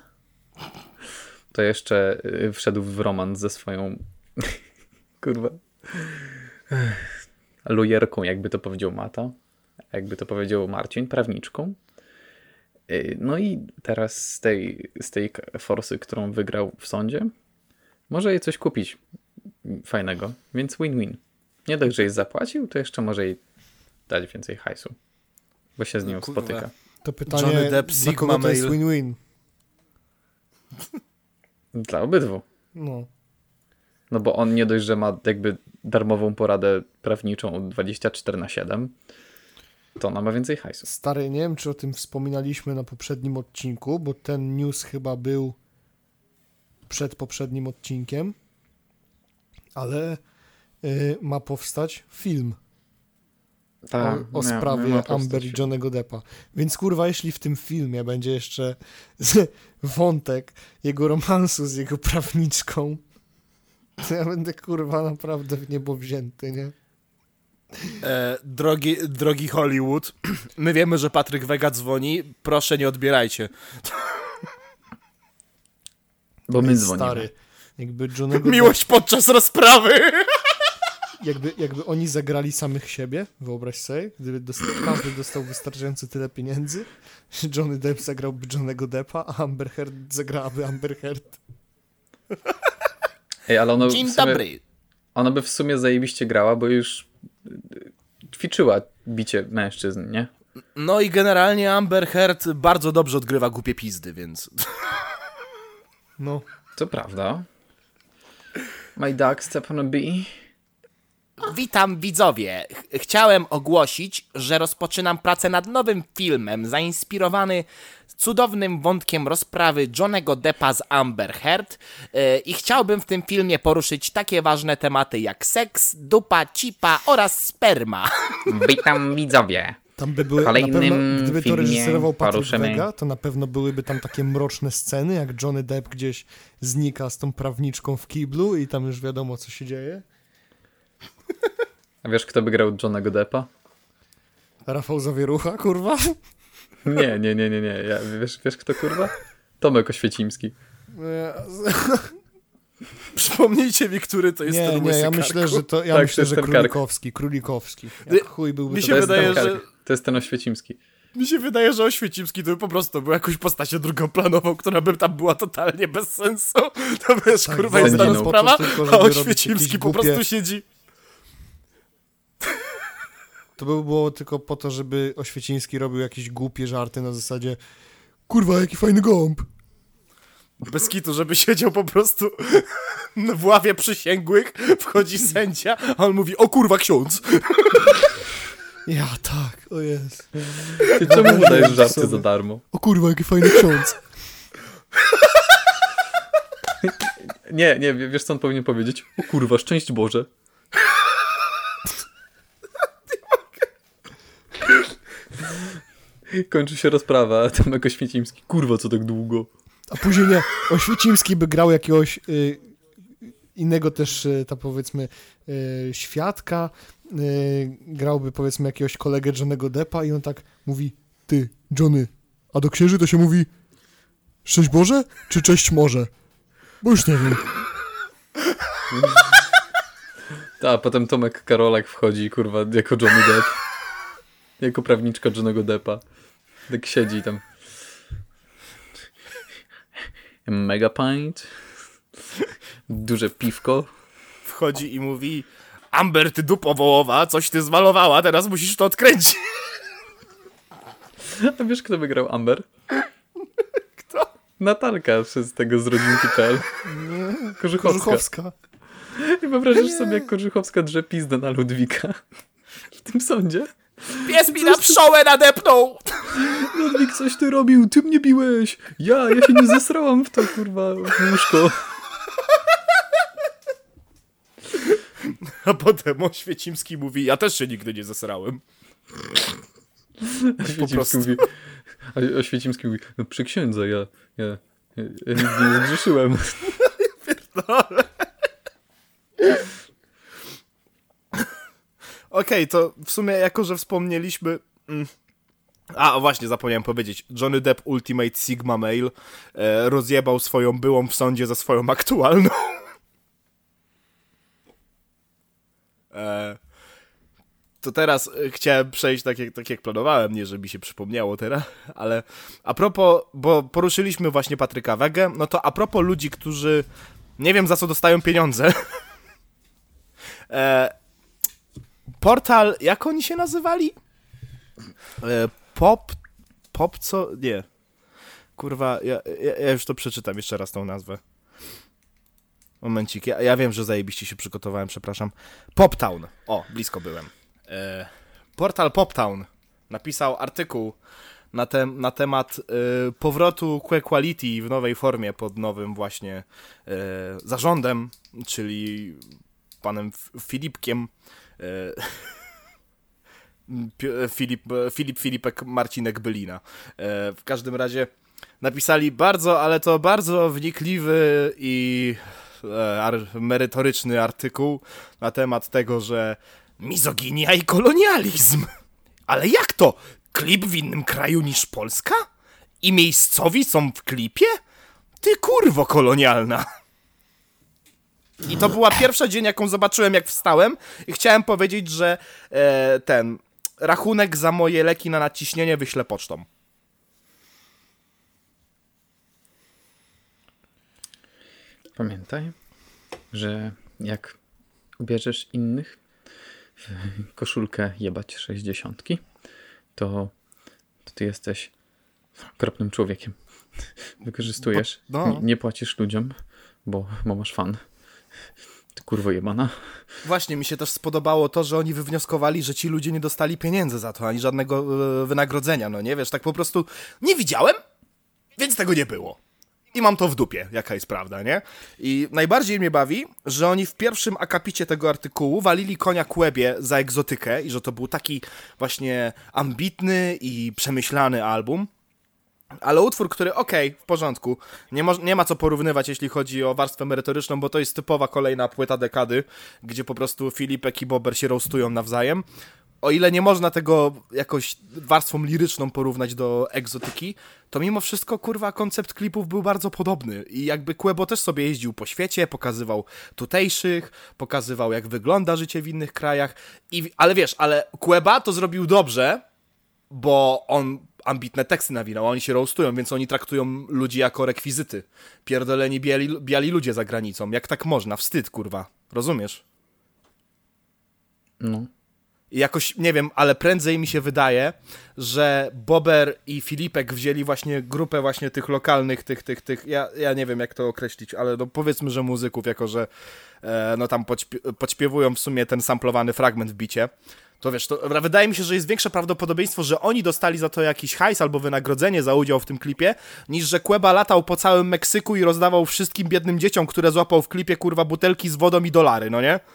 to jeszcze y, wszedł w romans ze swoją kurwa lujerką, jakby to powiedział Mata, jakby to powiedział Marcin, prawniczką. Y, No i teraz z tej, z tej forsy, którą wygrał w sądzie, może jej coś kupić fajnego, więc win-win. Nie dość, że jej zapłacił, to jeszcze może jej dać więcej hajsu, bo się z nią Kurwa. spotyka. To pytanie, Johnny Depp, dla Sigma kogo to jest Mail. win-win? Dla obydwu. No. No bo on nie dość, że ma jakby darmową poradę prawniczą dwadzieścia cztery na siedem, to ona ma więcej hajsu. Stary, nie wiem, czy o tym wspominaliśmy na poprzednim odcinku, bo ten news chyba był przed poprzednim odcinkiem, ale y, ma powstać film Ta, o, o mia- sprawie miała powstać Amber i film. Johnnego Deppa. Więc kurwa, jeśli w tym filmie będzie jeszcze wątek jego romansu z jego prawniczką, to ja będę kurwa naprawdę w niebo wzięty, nie? E, drogi, drogi Hollywood, my wiemy, że Patryk Wega dzwoni, proszę nie odbierajcie. Bo my Ej, dzwonimy. Stary, jakby Johnnego Miłość podczas rozprawy! Jakby, jakby oni zagrali samych siebie, wyobraź sobie, gdyby dosta- każdy dostał wystarczająco tyle pieniędzy, że Johnny Depp zagrałby Johnnego Deppa, a Amber Heard zagrałaby Amber Heard. Ej, ale ono Dzień w sumie, dobry. ona by w sumie zajebiście grała, bo już y, ćwiczyła bicie mężczyzn, nie? No i generalnie Amber Heard bardzo dobrze odgrywa głupie pizdy, więc... No, To prawda. My dog step on a bee. Witam widzowie. Ch- Chciałem ogłosić, że rozpoczynam pracę nad nowym filmem zainspirowany cudownym wątkiem rozprawy Johnnego Deppa z Amber Heard yy, i chciałbym w tym filmie poruszyć takie ważne tematy jak seks, dupa, cipa oraz sperma. Witam widzowie. tam by były, W na kolejnym pewno, gdyby to filmie reżyserował Patryk poruszymy- Wega, to na pewno byłyby tam takie mroczne sceny, jak Johnny Depp gdzieś znika z tą prawniczką w kiblu i tam już wiadomo, co się dzieje. A wiesz, kto by grał Johnnego Deppa? Rafał Zawierucha, kurwa? Nie, nie, nie, nie, nie. Ja, wiesz, wiesz kto kurwa? Tomek Oświecimski. Przypomnijcie mi, który to jest nie, ten nie, łysy ja karku. myślę, że to, ja Tak, myślę, to jest że ten Królikowski, Królikowski. Jak chuj byłby mi to się To jest, wydaje, ten, że- kark- to jest ten Oświecimski. Mi się wydaje, że Oświecimski to by po prostu był jakąś postacią drugoplanową, która by tam była totalnie bez sensu. To wiesz, Tak, kurwa, jest zaginął. tam po sprawa, prostu tylko, a żeby robić Oświecimski jakieś po prostu głupie- siedzi. To by było tylko po to, żeby Oświeciński robił jakieś głupie żarty na zasadzie kurwa, jaki fajny gąb. Bez kitu, żeby siedział po prostu w ławie przysięgłych, wchodzi sędzia, a on mówi, o kurwa, ksiądz. Ja tak, o jest. Ty czemu mu dajesz żarty sobie. za darmo? O kurwa, jaki fajny ksiądz. Nie, nie, wiesz co on powinien powiedzieć? O kurwa, szczęść Boże. Kończy się rozprawa, a Tomek Oświecimski. Kurwa, co tak długo? A później nie, Oświecimski by grał jakiegoś y, innego też, y, tam powiedzmy, y, świadka, y, grałby powiedzmy jakiegoś kolegę Johnnego Deppa i on tak mówi, ty, Johnny, a do księży to się mówi szczęść Boże, czy cześć może? Bo już nie wiem. A potem Tomek Karolak wchodzi, kurwa, jako Johnny Depp. Jako prawniczka Johnnego Deppa. Tak siedzi tam. Mega pint. Duże piwko. Wchodzi i mówi, Amber, ty dupo wołowa, coś ty zmalowała, teraz musisz to odkręcić. A wiesz, kto wygrał Amber? Kto? Natalka przez tego z rodzinki kropka p l. Korzuchowska. Korzuchowska. I wyobrażasz sobie, jak Korzuchowska drze pizdę na Ludwika w tym sądzie? Pies mi na pszczołę nadepnął. Ludwik, coś ty robił, ty mnie biłeś. Ja, ja się nie zesrałam w to, kurwa, w łóżko. A potem Oświecimski mówi, ja też się nigdy nie zesrałem. Oświecimski prostu. mówi, a Oświecimski mówi, no przy księdza, ja, ja, ja, ja nigdy nie zgrzeszyłem. Okej, okay, to w sumie jako, że wspomnieliśmy... Mm. A, właśnie, zapomniałem powiedzieć. Johnny Depp Ultimate Sigma Male e, rozjebał swoją byłą w sądzie za swoją aktualną. e, to teraz e, chciałem przejść tak jak, tak jak planowałem, nie, że mi się przypomniało teraz, ale a propos, bo poruszyliśmy właśnie Patryka Wegę, no to a propos ludzi, którzy nie wiem za co dostają pieniądze. e, Portal, jak oni się nazywali? E, pop... Pop co? Nie. Kurwa, ja, ja, ja już to przeczytam jeszcze raz tą nazwę. Momencik, ja, ja wiem, że zajebiście się przygotowałem, przepraszam. Poptown. O, blisko byłem. E, portal Poptown napisał artykuł na, te, na temat e, powrotu Quequality w nowej formie pod nowym właśnie e, zarządem, czyli panem Filipkiem. Filip, Filip Filipek Marcinek Bylina. W każdym razie napisali bardzo, ale to bardzo wnikliwy i merytoryczny artykuł na temat tego, że mizoginia i kolonializm. Ale jak to? Klip w innym kraju niż Polska? I miejscowi są w klipie? Ty kurwo kolonialna. I to była pierwsza dzień, jaką zobaczyłem, jak wstałem i chciałem powiedzieć, że e, ten rachunek za moje leki na nadciśnienie wyślę pocztą. Pamiętaj, że jak ubierzesz innych w koszulkę jebać sześćdziesiątki, to, to ty jesteś okropnym człowiekiem. Wykorzystujesz, Bo, no. nie, nie płacisz ludziom, bo, bo masz fan. Ty kurwo jebana. Właśnie, mi się też spodobało to, że oni wywnioskowali, że ci ludzie nie dostali pieniędzy za to, ani żadnego e, wynagrodzenia, no nie, wiesz, tak po prostu nie widziałem, więc tego nie było. I mam to w dupie, jaka jest prawda, nie? I najbardziej mnie bawi, że oni w pierwszym akapicie tego artykułu walili konia Kłębie za egzotykę i że to był taki właśnie ambitny i przemyślany album. Ale utwór, który okej, okay, w porządku, nie, mo- nie ma co porównywać, jeśli chodzi o warstwę merytoryczną, bo to jest typowa kolejna płyta dekady, gdzie po prostu Filipek i Bobber się roastują nawzajem. o ile nie można tego jakoś warstwą liryczną porównać do egzotyki, to mimo wszystko, kurwa, koncept klipów był bardzo podobny. I jakby Quebo też sobie jeździł po świecie, pokazywał tutejszych, pokazywał, jak wygląda życie w innych krajach. I, ale wiesz, ale Queba to zrobił dobrze, bo on ambitne teksty nawinął, oni się roastują, więc oni traktują ludzi jako rekwizyty. Pierdoleni biali, biali ludzie za granicą. Jak tak można? Wstyd, kurwa. Rozumiesz? No. I jakoś, nie wiem, ale prędzej mi się wydaje, że Bober i Filipek wzięli właśnie grupę właśnie tych lokalnych, tych, tych, tych, ja, ja nie wiem jak to określić, ale no powiedzmy, że muzyków, jako że e, no tam podśpie- podśpiewują w sumie ten samplowany fragment w bicie, to wiesz, to wydaje mi się, że jest większe prawdopodobieństwo, że oni dostali za to jakiś hajs albo wynagrodzenie za udział w tym klipie, niż że Queba latał po całym Meksyku i rozdawał wszystkim biednym dzieciom, które złapał w klipie, kurwa, butelki z wodą i dolary, no nie?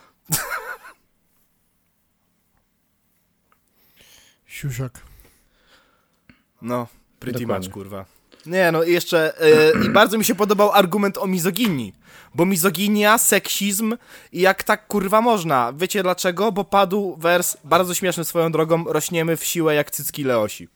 Siusiak. No, pretty Dokładnie. much, kurwa. Nie, no i jeszcze, yy, i bardzo mi się podobał argument o mizoginii, bo mizoginia, seksizm i jak tak, kurwa, można. Wiecie dlaczego? Bo padł wers, bardzo śmieszny swoją drogą, rośniemy w siłę jak cycki Leosi.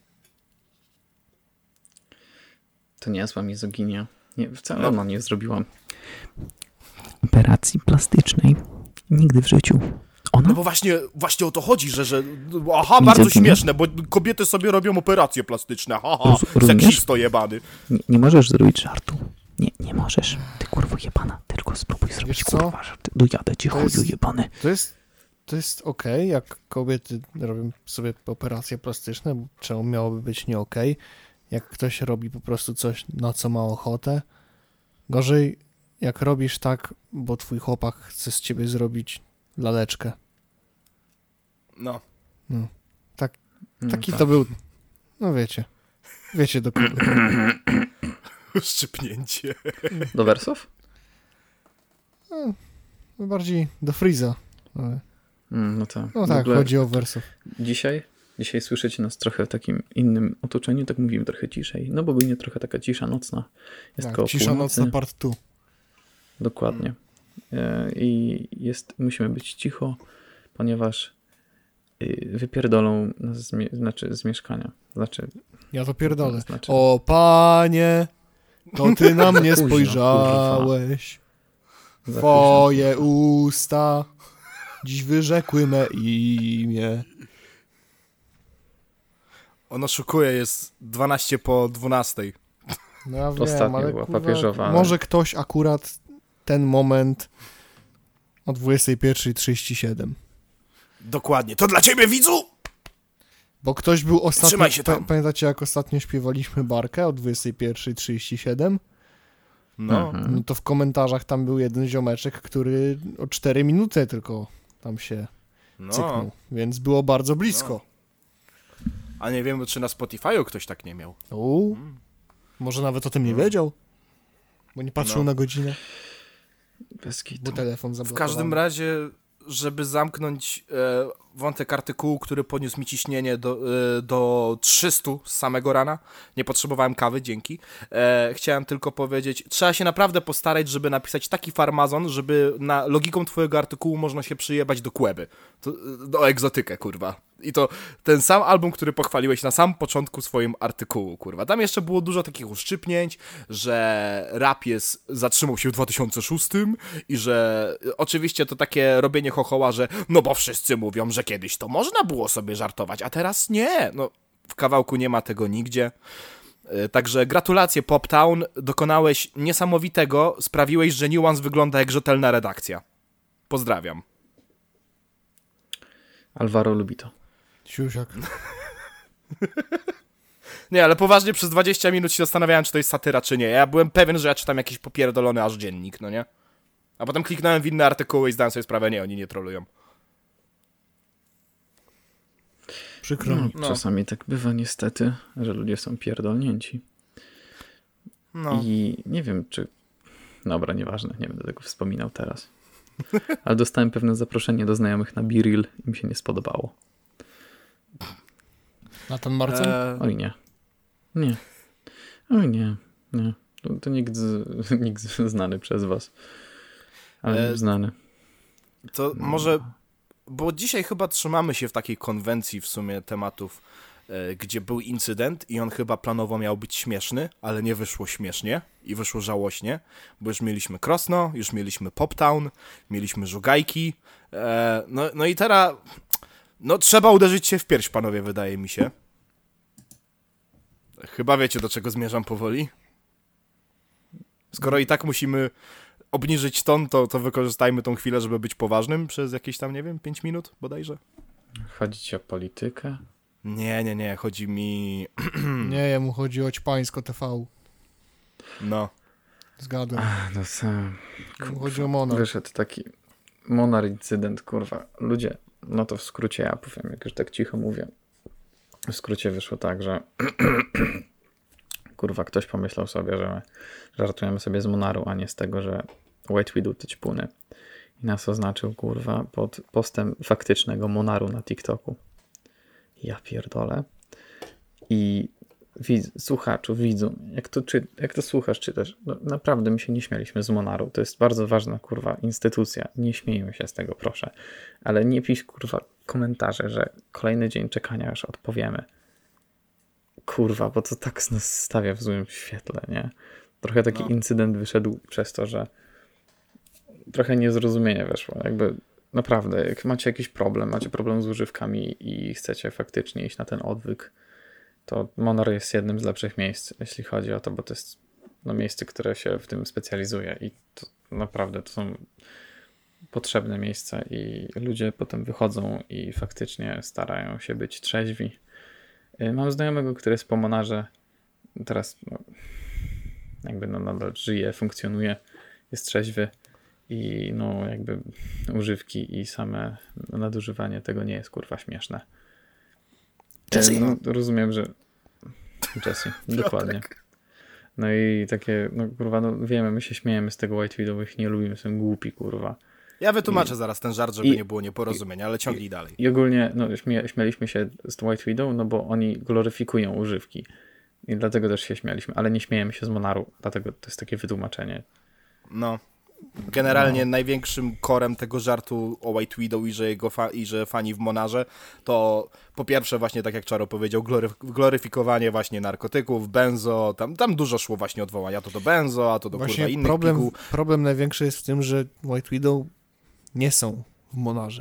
To niezła mizoginia. Nie, wcale No. ona nie zrobiłam. Operacji plastycznej. Nigdy w życiu. Ona? No bo właśnie, właśnie o to chodzi, że, że aha, bardzo Mizoginia? śmieszne, bo kobiety sobie robią operacje plastyczne, haha, Roz- rozumiesz? seksisto jebany. Nie, nie możesz zrobić żartu. Nie, nie możesz. Ty kurwo jebana. Tylko spróbuj zrobić Wiesz co? kurwa żart. Dojadę ci To chuju jest- jebany. To jest, to jest okej, jak kobiety robią sobie operacje plastyczne, bo czemu miałoby być nie okej, jak ktoś robi po prostu coś, na co ma ochotę. Gorzej, jak robisz tak, bo twój chłopak chce z ciebie zrobić laleczkę. No. Tak, Mm, taki tak. to był, no wiecie, wiecie do kogo. Szczypnięcie. Do wersów? Bardziej do Freeza. Ale, Mm, no to no w tak, ogóle chodzi o wersów. Dzisiaj, dzisiaj słyszycie nas trochę w takim innym otoczeniu, tak mówimy trochę ciszej, no bo będzie trochę taka cisza nocna. Jest Tak, koło cisza północy. nocna part dwa. Dokładnie. E, I jest, musimy być cicho, ponieważ y, wypierdolą nas z, mie- znaczy z mieszkania. Znaczy, Ja to pierdolę. Znaczy- O panie, to ty na mnie Późno, spojrzałeś. za późno. Twoje usta dziś wyrzekły me imię. On oszukuje, jest dwanaście po dwunastej. No ja wiem, Ostatnio ale była kurwa, papieżowa, ale- może ktoś akurat ten moment o dwudziestej pierwszej trzydzieści siedem. Dokładnie. To dla ciebie, widzu! Bo ktoś był ostatnio... Trzymaj się tam. pa- Pamiętacie, jak ostatnio śpiewaliśmy Barkę o dwudziestej pierwszej trzydzieści siedem? No. Mhm. No to w komentarzach tam był jeden ziomeczek, który o cztery minuty tylko tam się no. cyknął. Więc było bardzo blisko. A nie wiem, czy na Spotify'u ktoś tak nie miał. U, może nawet o tym nie wiedział. Bo nie patrzył No. na godzinę, Bez kitu. bo telefon W zablokowany. każdym razie, żeby zamknąć e, wątek artykułu, który podniósł mi ciśnienie do, e, do trzysta z samego rana, nie potrzebowałem kawy, dzięki. E, chciałem tylko powiedzieć, trzeba się naprawdę postarać, żeby napisać taki farmazon, żeby na logiką twojego artykułu można się przyjebać do Queby. To, do egzotykę, kurwa. I to ten sam album, który pochwaliłeś na sam początku swoim artykułu, kurwa. Tam jeszcze było dużo takich uszczypnięć, że rap jest, zatrzymał się w dwa tysiące szóstym i że oczywiście to takie robienie chochoła, że no bo wszyscy mówią, że kiedyś to można było sobie żartować, a teraz nie. No, w kawałku nie ma tego nigdzie. Yy, Także gratulacje Poptown, dokonałeś niesamowitego, sprawiłeś, że Nuance wygląda jak rzetelna redakcja. Pozdrawiam. Alvaro lubi to. Siusiak. Nie, ale poważnie przez dwadzieścia minut się zastanawiałem, czy to jest satyra, czy nie. Ja byłem pewien, że ja czytam jakiś popierdolony aż dziennik, no nie? A potem kliknąłem w inne artykuły i zdałem sobie sprawę, nie, oni nie trolują. Przykro mi. No. Czasami tak bywa niestety, że ludzie są pierdolnięci. No. I nie wiem, czy... Dobra, nieważne, nie będę tego wspominał teraz. Ale dostałem pewne zaproszenie do znajomych na BeReal i mi się nie spodobało. Natan Marcin? Eee, Oj nie. Nie. Oj nie. Nie. To, to nikt, z, nikt z- znany przez was. Ale E, znany. to może bo dzisiaj chyba trzymamy się w takiej konwencji w sumie tematów, e, gdzie był incydent i on chyba planowo miał być śmieszny, ale nie wyszło śmiesznie i wyszło żałośnie, bo już mieliśmy Krosno, już mieliśmy Poptown, mieliśmy Żugajki, e, no, no i teraz, no trzeba uderzyć się w pierś, panowie, wydaje mi się. Chyba wiecie, do czego zmierzam powoli. Skoro i tak musimy obniżyć ton, to, to wykorzystajmy tą chwilę, żeby być poważnym przez jakieś tam, nie wiem, pięć minut bodajże. Chodzi ci o politykę? Nie, nie, nie, chodzi mi... Nie, jemu chodzi o Ćpańsko T V. No. Zgadłem. Ach, no sam. Jemu chodzi o Monar. Wyszedł taki Monar incydent, kurwa. Ludzie, no to w skrócie ja powiem, jak już tak cicho mówię. W skrócie wyszło tak, że kurwa, ktoś pomyślał sobie, że my żartujemy sobie z Monaru, a nie z tego, że White Widow to ćpuny. I nas oznaczył, kurwa, pod postem faktycznego Monaru na TikToku. Ja pierdolę. I widz, słuchaczu, widzu, jak to, czy, jak to słuchasz, czytasz, no, naprawdę my się nie śmialiśmy z Monaru. To jest bardzo ważna, kurwa, instytucja. Nie śmiejmy się z tego, proszę. Ale nie pisz, kurwa, komentarze, że kolejny dzień czekania, aż odpowiemy. Kurwa, bo to tak z nas stawia w złym świetle, nie? Trochę taki no. incydent wyszedł przez to, że trochę niezrozumienie weszło. Jakby naprawdę, jak macie jakiś problem, macie problem z używkami i chcecie faktycznie iść na ten odwyk, to Monar jest jednym z lepszych miejsc, jeśli chodzi o to, bo to jest no, miejsce, które się w tym specjalizuje i to naprawdę to są potrzebne miejsca i ludzie potem wychodzą i faktycznie starają się być trzeźwi. Mam znajomego, który jest po Monarze, teraz no, jakby no, nadal żyje, funkcjonuje, jest trzeźwy i no jakby używki i same nadużywanie tego nie jest kurwa śmieszne. Jesse. No, rozumiem, że Jesse, dokładnie. No i takie, no kurwa, no wiemy, my się śmiejemy z tego White Widow, ich nie lubimy, są głupi, kurwa. Ja wytłumaczę I, zaraz ten żart, żeby i, nie było nieporozumienia, ale ciągnij i, dalej. I ogólnie no, śmie, śmialiśmy się z White Widow, no bo oni gloryfikują używki. I dlatego też się śmialiśmy, ale nie śmiejemy się z Monaru, dlatego to jest takie wytłumaczenie. No. Generalnie no. największym korem tego żartu o White Widow i że, jego fa- i że fani w Monarze to po pierwsze właśnie tak jak Czaro powiedział, glory- gloryfikowanie właśnie narkotyków, benzo, tam, tam dużo szło właśnie odwołania, to do benzo, a to do właśnie kurwa innych problem, piku. problem największy jest w tym, że White Widow nie są w Monarze.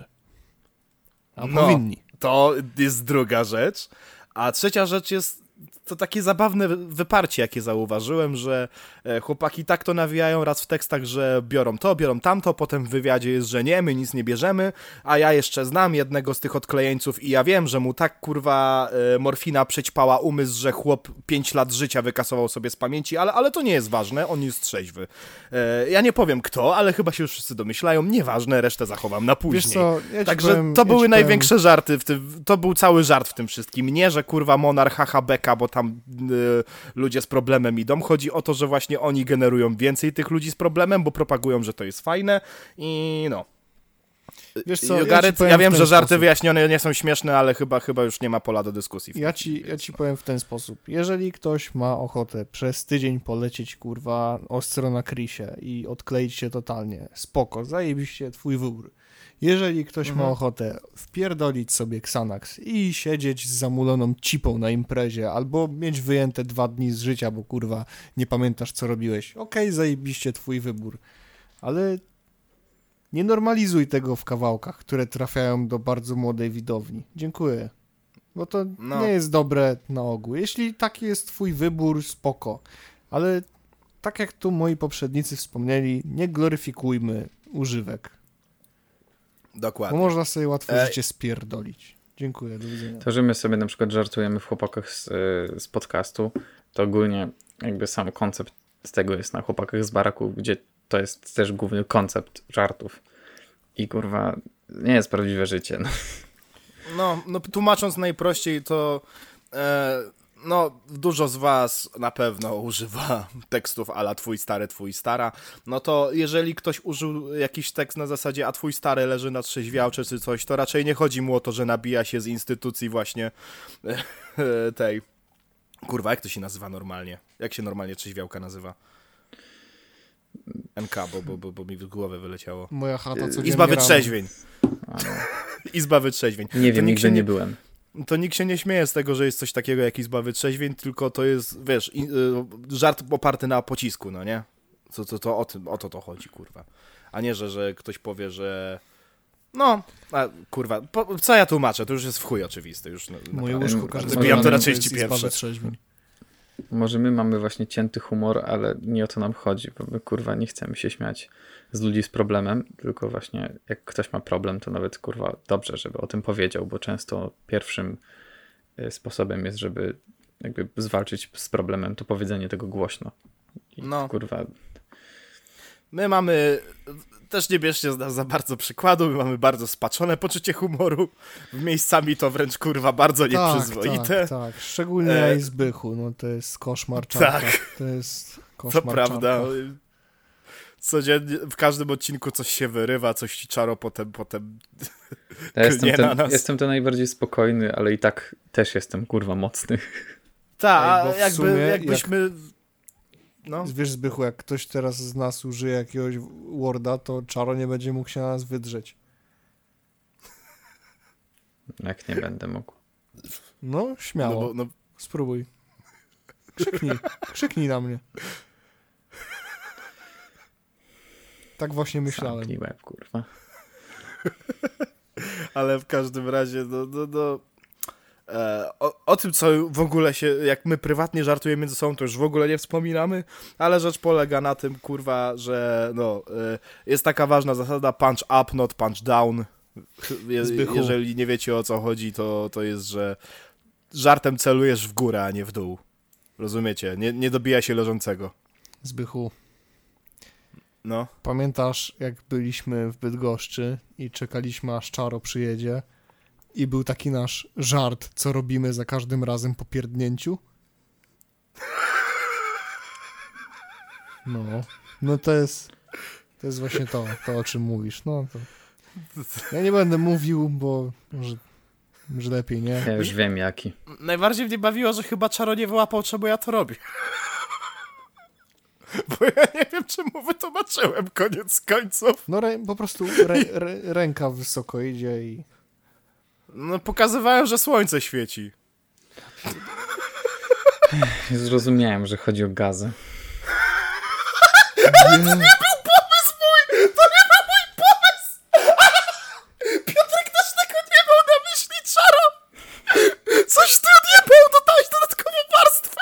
A no, powinni. To jest druga rzecz. A trzecia rzecz jest to takie zabawne wyparcie, jakie zauważyłem, że chłopaki tak to nawijają raz w tekstach, że biorą to, biorą tamto, potem w wywiadzie jest, że nie, my nic nie bierzemy, a ja jeszcze znam jednego z tych odklejeńców i ja wiem, że mu tak kurwa morfina przećpała umysł, że chłop pięć lat życia wykasował sobie z pamięci, ale, ale to nie jest ważne, on jest trzeźwy. Ja nie powiem kto, ale chyba się już wszyscy domyślają, nieważne, resztę zachowam na później. Wiesz co, ja Także powiem, to ja były powiem... największe żarty, w tym, to był cały żart w tym wszystkim. Nie, że kurwa Monar haha beka, bo tam y, ludzie z problemem idą. Chodzi o to, że właśnie oni generują więcej tych ludzi z problemem, bo propagują, że to jest fajne i no. Wiesz co, Garet, ja, ja wiem, że żarty sposób. wyjaśnione nie są śmieszne, ale chyba, chyba już nie ma pola do dyskusji. Ja ci, ja ci powiem w ten sposób. Jeżeli ktoś ma ochotę przez tydzień polecieć, kurwa, ostro na Chrisie i odkleić się totalnie, spoko, zajebiście, twój wybór. Jeżeli ktoś mhm. ma ochotę wpierdolić sobie Xanax i siedzieć z zamuloną cipą na imprezie, albo mieć wyjęte dwa dni z życia, bo kurwa nie pamiętasz, co robiłeś, okej, okay, zajebiście, twój wybór. Ale nie normalizuj tego w kawałkach, które trafiają do bardzo młodej widowni. Dziękuję. Bo to no. nie jest dobre na ogół. Jeśli taki jest twój wybór, spoko. Ale tak jak tu moi poprzednicy wspomnieli, nie gloryfikujmy używek. Dokładnie. Bo można sobie łatwo Ej. życie spierdolić. Dziękuję, do widzenia. To, że my sobie na przykład żartujemy w chłopakach z, z podcastu, to ogólnie jakby sam koncept z tego jest na chłopakach z baraku, gdzie to jest też główny koncept żartów. I kurwa, nie jest prawdziwe życie. No, no, no tłumacząc najprościej, to e, no, dużo z was na pewno używa tekstów a la twój stary, twój stara. No to jeżeli ktoś użył jakiś tekst na zasadzie a twój stary leży na trzeźwiałce czy coś, to raczej nie chodzi mu o to, że nabija się z instytucji właśnie e, tej... Kurwa, jak to się nazywa normalnie? Jak się normalnie trzeźwiałka nazywa? N K, bo, bo, bo, bo mi w głowę wyleciało. Moja chata codziennie Izba wytrzeźwień. Izba wytrzeźwień. Nie To wiem, nikt nigdy się nie byłem. To nikt się nie śmieje z tego, że jest coś takiego jak Izba Wytrzeźwień, tylko to jest, wiesz, i, y, żart oparty na pocisku, no nie? To, to, to o, tym, o to to chodzi, kurwa. A nie, że, że ktoś powie, że no, a, kurwa, po, co ja tłumaczę? To już jest w chuj oczywiste. Już, no, Moje naprawdę. łóżko Może- każdy Zbijam to na jest części Izba pierwsze. Wytrzeźwień. Może my mamy właśnie cięty humor, ale nie o to nam chodzi, bo my kurwa nie chcemy się śmiać z ludzi z problemem, tylko właśnie jak ktoś ma problem, to nawet kurwa dobrze, żeby o tym powiedział, bo często pierwszym y, sposobem jest, żeby jakby zwalczyć z problemem, to powiedzenie tego głośno. I No. kurwa, My mamy, też nie bierzcie z nas za bardzo przykładu, my mamy bardzo spaczone poczucie humoru. Miejscami to wręcz, kurwa, bardzo nieprzyzwoite. Tak, tak. Szczególnie E, ja i Zbychu, no to jest koszmar czarka. Tak. To jest To koszmar prawda. czarka. Codziennie, w każdym odcinku coś się wyrywa, coś ci czaro potem, potem ja jestem klnie na ten, nas. jestem ten najbardziej spokojny, ale i tak też jestem kurwa mocny. Tak, Ej, a bo w jakby, sumie jakbyśmy... No, Wiesz, Zbychu, jak ktoś teraz z nas użyje jakiegoś Worda, to Czaro nie będzie mógł się na nas wydrzeć. Jak nie będę mógł. No, no, śmiało. bo, no, Spróbuj. Krzyknij. Krzyknij na mnie. Tak właśnie myślałem. Zamknij łeb, kurwa. ale w każdym razie, no, no, no e, o, o tym, co w ogóle się, jak my prywatnie żartujemy między sobą, to już w ogóle nie wspominamy, ale rzecz polega na tym, kurwa, że no, e, jest taka ważna zasada punch up, not punch down. Je, Zbychu. jeżeli nie wiecie, o co chodzi, to, to jest, że żartem celujesz w górę, a nie w dół. Rozumiecie? Nie, nie dobija się leżącego. Zbychu, No. pamiętasz, jak byliśmy w Bydgoszczy i czekaliśmy, aż Czaro przyjedzie i był taki nasz żart, co robimy za każdym razem po pierdnięciu? No, no to jest, to jest właśnie to, to o czym mówisz. No to ja nie będę mówił, bo może, może lepiej, nie? Ja już wiem jaki. Najbardziej mnie bawiło, że chyba Czaro nie wyłapał, czemu ja to robię. Bo ja nie wiem, czemu wytłumaczyłem koniec końców. No rę, po prostu rę, rę, ręka wysoko idzie i... No pokazywałem, że słońce świeci. Zrozumiałem, że chodzi o gazy. Nie. Piotrek też tego nie miał na myśli, Czaro! Coś ty odjebał, dodałeś dodatkową warstwę!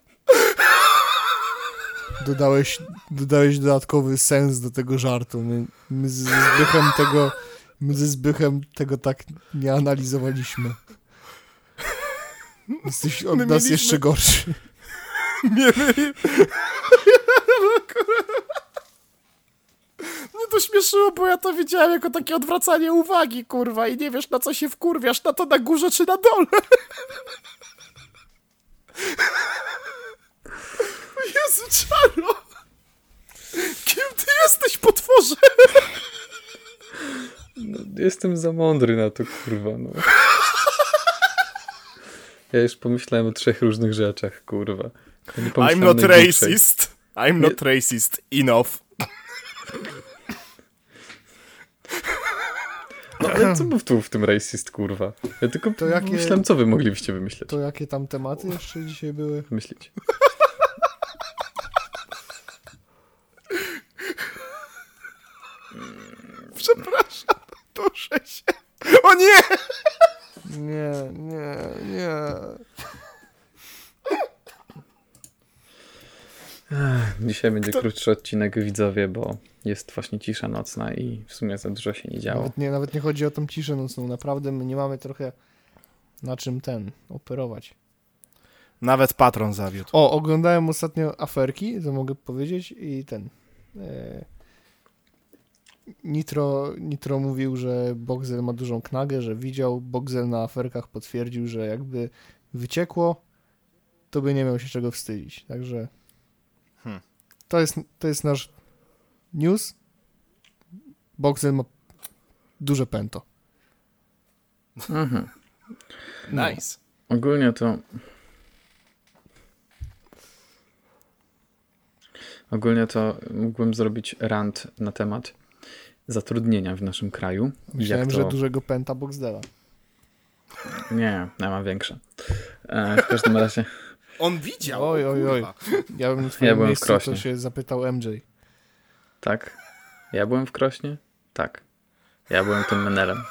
Dodałeś, dodałeś dodatkowy sens do tego żartu. My, my ze Zbychem tego, my ze Zbychem tego tak nie analizowaliśmy. Jesteś od My nas mieliśmy- jeszcze gorszy. Nie, nie, Mnie to śmieszyło, bo ja to widziałem jako takie odwracanie uwagi, kurwa, i nie wiesz, na co się wkurwiasz, na to na górze czy na dole. Jezu, Czaro! Kim ty jesteś, potworze? No, jestem za mądry na to, kurwa, no. Ja już pomyślałem o trzech różnych rzeczach, kurwa. Nie I'm pomyślałem not najgłupszej. racist. I'm not racist. Enough. No, ale co był tu w tym racist, kurwa? Ja tylko To jakie- myślałem, co wy moglibyście wymyśleć. To jakie tam tematy jeszcze dzisiaj były? Wymyślić. Przepraszam, duszę się. O nie! Nie, nie, nie. Dzisiaj będzie Kto- krótszy odcinek, widzowie, bo jest właśnie cisza nocna i w sumie za dużo się nie działo. Nawet nie, nawet nie chodzi o tą ciszę nocną. Naprawdę my nie mamy trochę na czym ten operować. Nawet patron zawiódł. O, oglądałem ostatnio aferki, to mogę powiedzieć, i ten. E, Nitro, Nitro mówił, że Boxel ma dużą knagę, że widział. Boxel na aferkach potwierdził, że jakby wyciekło, to by nie miał się czego wstydzić. Także Hmm. to, jest, to jest nasz news. Boxel ma duże pęto. Mhm. Nice. Ogólnie to... Ogólnie to mógłbym zrobić rant na temat zatrudnienia w naszym kraju. Myślałem, jak to... że dużego pęta Boxdela. Nie, ja mam większe. E, w każdym razie... On widział, Oj, oj, oj. kurwa. Ja bym na twoim Ja byłem w miejscu Krośnie. to się zapytał M J. Tak? Ja byłem w Krośnie? Tak. Ja byłem tym menelem.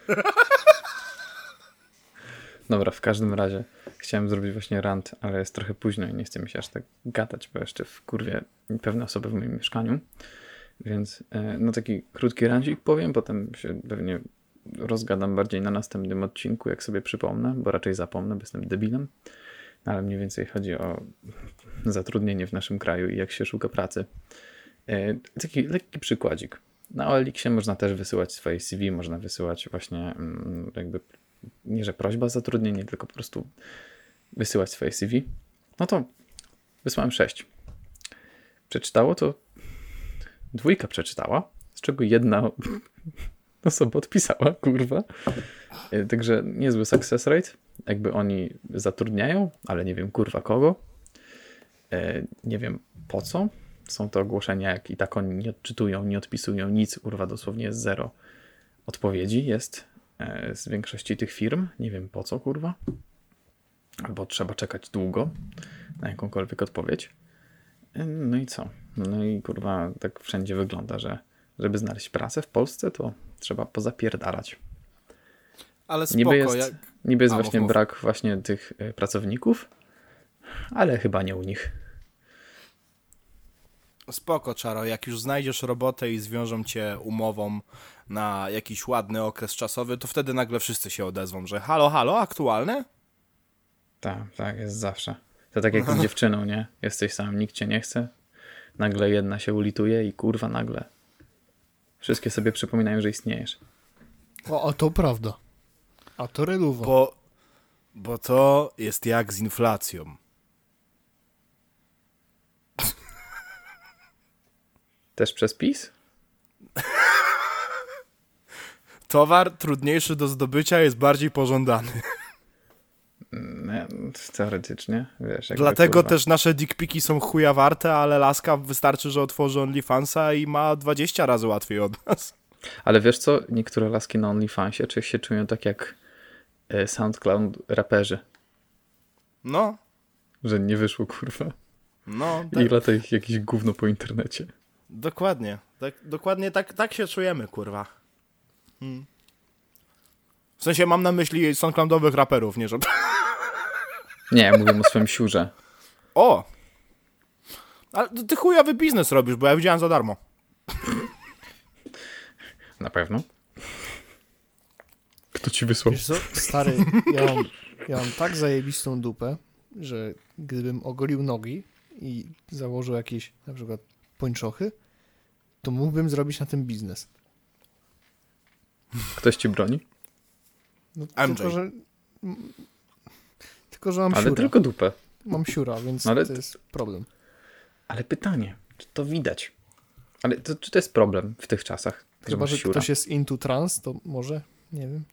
Dobra, w każdym razie chciałem zrobić właśnie rant, ale jest trochę późno i nie chcę mi się aż tak gadać, bo jeszcze w kurwie pewne osoby w moim mieszkaniu. Więc e, no taki krótki rancik powiem, potem się pewnie rozgadam bardziej na następnym odcinku, jak sobie przypomnę, bo raczej zapomnę, bo jestem debilem. No, ale mniej więcej chodzi o zatrudnienie w naszym kraju i jak się szuka pracy. E, taki lekki przykładzik. Na O L X-ie można też wysyłać swoje C V, można wysyłać właśnie mm, jakby nie, że prośba o zatrudnienie, tylko po prostu wysyłać swoje C V. No to wysłałem sześć. Przeczytało to dwójka przeczytała, z czego jedna osoba odpisała, kurwa. Także niezły success rate. Jakby oni zatrudniają, ale nie wiem, kurwa, kogo. Nie wiem po co. Są to ogłoszenia, jak i tak oni nie odczytują, nie odpisują nic, kurwa, dosłownie jest zero odpowiedzi jest z większości tych firm. Nie wiem po co, kurwa. Albo trzeba czekać długo na jakąkolwiek odpowiedź. No i co? No i kurwa, tak wszędzie wygląda, że żeby znaleźć pracę w Polsce, to trzeba pozapierdalać. Ale spoko, Niby jest, jak... niby jest A, właśnie mów, mów. brak właśnie tych y, pracowników, ale chyba nie u nich. Spoko, Czaro, jak już znajdziesz robotę i zwiążą cię umową na jakiś ładny okres czasowy, to wtedy nagle wszyscy się odezwą, że halo, halo, aktualne? Tak, tak, jest zawsze. To tak jak z dziewczyną, nie? Jesteś sam, nikt cię nie chce. Nagle jedna się ulituje i kurwa nagle. Wszystkie sobie przypominają, że istniejesz. O, a to prawda. A to reluwa. Bo, bo to jest jak z inflacją. Też przez PiS? Towar trudniejszy do zdobycia jest bardziej pożądany. Nie, teoretycznie, wiesz. Jakby, Dlatego kurwa. też nasze dickpiki są chuja warte, ale laska wystarczy, że otworzy OnlyFansa i ma dwadzieścia razy łatwiej od nas. Ale wiesz co? Niektóre laski na OnlyFansie czy się czują tak jak e, SoundCloud raperzy. No, Że nie wyszło, kurwa. no, I tak, lata ich jakieś gówno po internecie. dokładnie. Tak, dokładnie tak, tak się czujemy, kurwa. Hmm. W sensie mam na myśli SoundCloudowych raperów, nie że... Nie, ja mówię o swoim siurze. O! Ale ty chujowy biznes robisz, bo ja widziałem za darmo. Na pewno. Kto ci wysłał? Wiesz co, stary, ja mam, ja mam tak zajebistą dupę, że gdybym ogolił nogi i założył jakieś na przykład pończochy, to mógłbym zrobić na tym biznes. Ktoś ci broni? No, M J. tylko, że... Tylko, że mam Ale siura. tylko dupę. Mam siura, więc No ale- to jest problem. Ale pytanie, czy to widać? Ale to, czy to jest problem w tych czasach? Że Chyba, masz że siura? ktoś jest into trans, to może, nie wiem.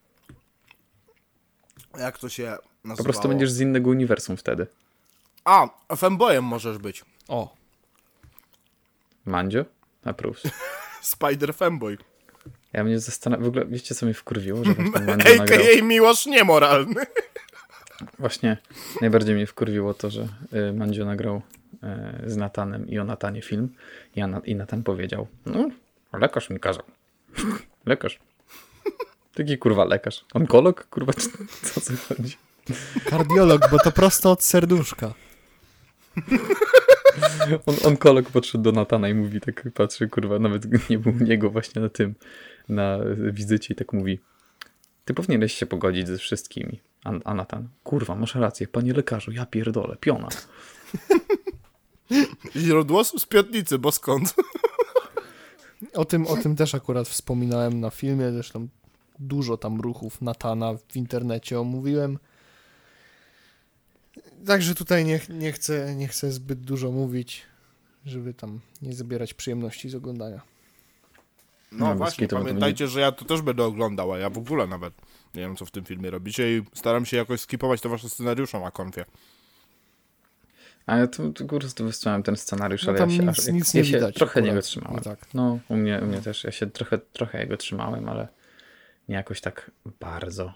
Jak to się nazywało? Po prostu będziesz z innego uniwersum wtedy. A, femboyem możesz być. O, Mandzio? Approves. Spider femboy. Ja mnie zastanawiam, w ogóle wiecie co mnie wkurwiło? Że właśnie Mandzio nagrał... A K A Miłosz niemoralny. Właśnie najbardziej mnie wkurwiło to, że y, Mandzio nagrał y, z Natanem i o Natanie film i, Ana, i Natan powiedział, no lekarz mi kazał. Lekarz. Taki kurwa lekarz. Onkolog? Kurwa, czy, co co chodzi? kardiolog, bo to prosto od serduszka. On, onkolog podszedł do Natana i mówi, tak patrzy, kurwa, nawet nie był u niego właśnie na tym, na wizycie i tak mówi, ty powinieneś się pogodzić ze wszystkimi. A, a Natan, kurwa, masz rację, panie lekarzu, ja pierdolę, piona. Źródło z Piotnicy, bo skąd? O tym, o tym też akurat wspominałem na filmie, zresztą dużo tam ruchów Natana w internecie omówiłem. Także tutaj nie, nie, chcę, nie chcę zbyt dużo mówić, żeby tam nie zabierać przyjemności z oglądania. No, No, właśnie, to pamiętajcie, że ja to też będę oglądał, a ja w ogóle nawet nie wiem, co w tym filmie robicie i staram się jakoś skipować te wasze scenariusze na konfie. A ja tu, tu po prostu wysłałem ten scenariusz, No ale tam ja się, nic- aż, nic ja nie się widać trochę akurat. niego trzymałem. No tak. No, u mnie, u mnie też. Ja się trochę, trochę jego trzymałem, ale nie jakoś tak bardzo.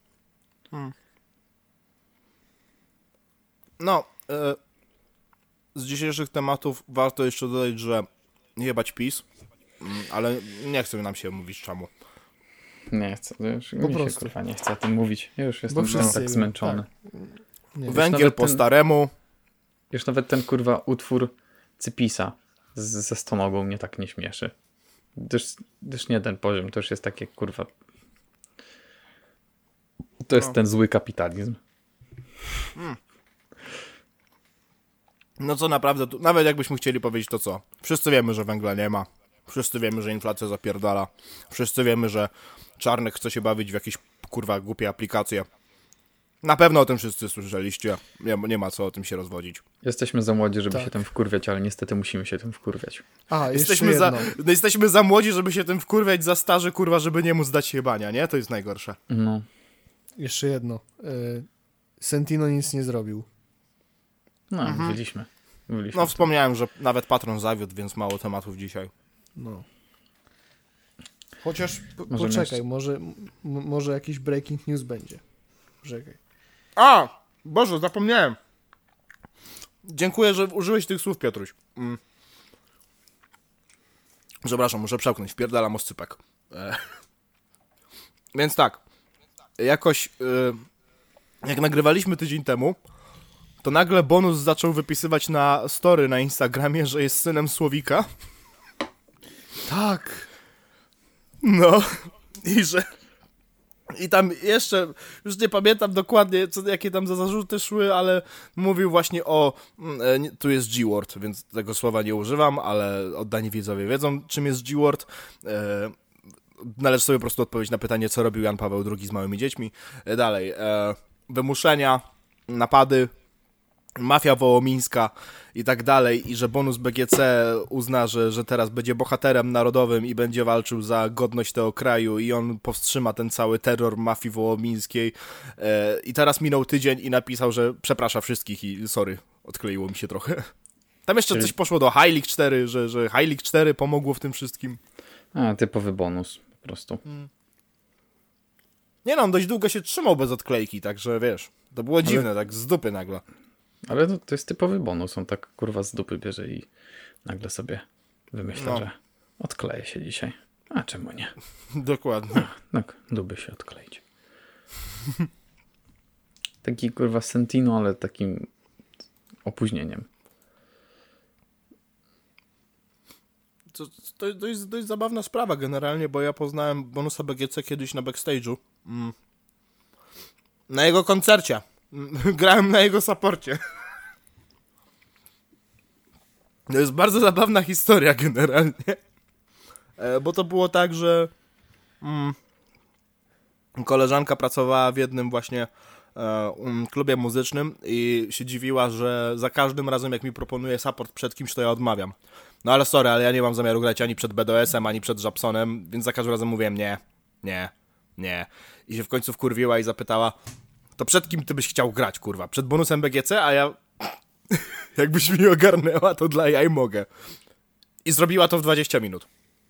No, e, z dzisiejszych tematów warto jeszcze dodać, że jebać PiS, mm, ale nie chce nam się mówić czemu. Nie chcę, już Po mi się prostu. kurwa nie chce o tym mówić. Ja już jestem wszyscy tak wiemy, zmęczony. Nie wiem. Węgiel nawet po ten- staremu. Już nawet ten kurwa utwór Cypisa z, ze stonogą mnie tak nie śmieszy. To już, to już nie ten poziom, to już jest takie kurwa... To jest No. ten zły kapitalizm. No co naprawdę, tu, nawet jakbyśmy chcieli powiedzieć to co? Wszyscy wiemy, że węgla nie ma. Wszyscy wiemy, że inflacja zapierdala. Wszyscy wiemy, że Czarnek chce się bawić w jakieś kurwa głupie aplikacje. Na pewno o tym wszyscy słyszeliście. Nie, nie ma co o tym się rozwodzić. Jesteśmy za młodzi, żeby Tak. się tym wkurwiać, ale niestety musimy się tym wkurwiać. A, jeszcze Jesteśmy za, jedno. no jesteśmy za młodzi, żeby się tym wkurwiać, za starzy kurwa, żeby nie móc dać się bania, nie? To jest najgorsze. No. Jeszcze jedno. Y, Sentino nic nie zrobił. No, Mhm. byliśmy. byliśmy. No wspomniałem, że nawet patron zawiódł, więc mało tematów dzisiaj. No. Chociaż po, Możemy poczekaj, jeszcze- może, m- może jakiś breaking news będzie. Poczekaj. A! Boże, zapomniałem. Dziękuję, że użyłeś tych słów, Piotruś. Mm. Przepraszam, muszę przełknąć. Wpierdalam oscypek. E. Więc tak. Jakoś... Y, jak nagrywaliśmy tydzień temu, to nagle Bonus zaczął wypisywać na story na Instagramie, że jest synem Słowika. Tak. No. I że... I tam jeszcze, już nie pamiętam dokładnie, co, jakie tam za zarzuty szły, ale mówił właśnie o, mm, e, nie- tu jest G-word, więc tego słowa nie używam, ale oddani widzowie wiedzą, czym jest G-word. E, należy sobie po prostu odpowiedzieć na pytanie, co robił Jan Paweł drugi z małymi dziećmi. E, dalej, e, wymuszenia, napady, mafia wołomińska i tak dalej, i że Bonus B G C uzna, że, że teraz będzie bohaterem narodowym i będzie walczył za godność tego kraju i on powstrzyma ten cały terror mafii wołomińskiej. E, I teraz minął tydzień i napisał, że przeprasza wszystkich i sorry, odkleiło mi się trochę. Tam jeszcze Czyli- coś poszło do High League cztery, że, że High League cztery pomogło w tym wszystkim. A, typowy bonus po prostu. Nie no, on dość długo się trzymał bez odklejki, także wiesz, to było dziwne, tak z dupy nagle. Ale to, to jest typowy bonus. On tak kurwa z dupy bierze i nagle sobie wymyśla, No. że odkleję się dzisiaj. A czemu nie? Dokładnie. Tak, lubię się odkleić. Taki kurwa Sentino, ale takim opóźnieniem. To, to, to jest dość zabawna sprawa generalnie, bo ja poznałem Bonusa B G C kiedyś na backstage'u. Mm. Na jego koncercie. Mm, Grałem na jego saporcie. To jest bardzo zabawna historia generalnie. E, bo to było tak, że mm, koleżanka pracowała w jednym właśnie e, um, klubie muzycznym i się dziwiła, że za każdym razem jak mi proponuje support przed kimś, to ja odmawiam. No ale sorry, ale ja nie mam zamiaru grać ani przed B D S em, ani przed Żabsonem, więc za każdym razem mówiłem nie, nie, nie. I się w końcu wkurwiła i zapytała, to przed kim ty byś chciał grać, kurwa? Przed Bonusem B G C? A ja, jakbyś mi ogarnęła, to dla jaj mogę. I zrobiła to w dwadzieścia minut.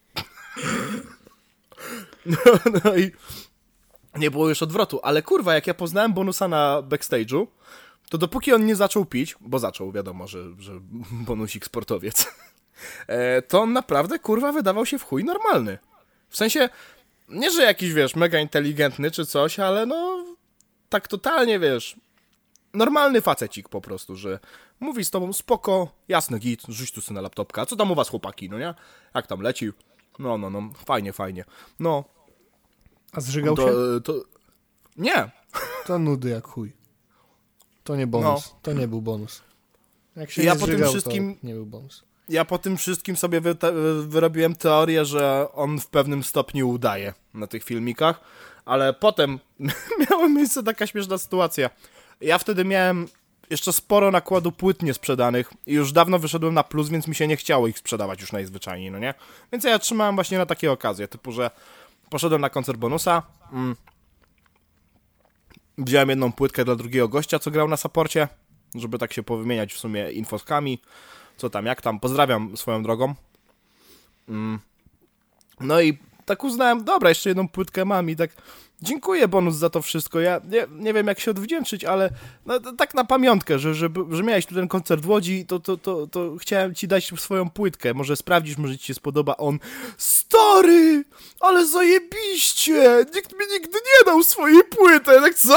No, no i nie było już odwrotu, ale kurwa, jak ja poznałem Bonusa na backstage'u, to dopóki on nie zaczął pić, bo zaczął, wiadomo, że, że bonusik sportowiec, e, to on naprawdę, kurwa, wydawał się w chuj normalny. W sensie, nie, że jakiś, wiesz, mega inteligentny czy coś, ale no, tak totalnie, wiesz, normalny facecik po prostu, że mówi z tobą spoko, jasny git, rzuć tu sobie na laptopka, co tam u was chłopaki, no nie? Jak tam leci? No, no, no, fajnie, fajnie. No, A zżygał się? to, to... Nie, To nudy jak chuj. To nie bonus. To nie był bonus. Jak się Ja nie po tym zżygał, wszystkim- to nie był bonus. ja po tym wszystkim sobie wy wyrobiłem teorię, że on w pewnym stopniu udaje na tych filmikach, ale potem miała miejsce taka śmieszna sytuacja. Ja wtedy miałem jeszcze sporo nakładu płyt niesprzedanych i już dawno wyszedłem na plus, więc mi się nie chciało ich sprzedawać już najzwyczajniej, no nie? Więc ja trzymałem właśnie na takie okazje, typu, że poszedłem na koncert Bonusa, mm, wziąłem jedną płytkę dla drugiego gościa, co grał na saporcie, żeby tak się powymieniać w sumie infoskami, co tam, jak tam. Pozdrawiam swoją drogą. Mm. No i tak uznałem, dobra, jeszcze jedną płytkę mam i tak dziękuję Bonus za to wszystko. Ja nie, nie wiem jak się odwdzięczyć, ale no, tak na pamiątkę, że, że, że miałeś tu ten koncert w Łodzi, to, to, to, to chciałem ci dać swoją płytkę. Może sprawdzisz, może ci się spodoba. On, stary, ale zajebiście, nikt mi nigdy nie dał swojej płyty. Ja tak, co?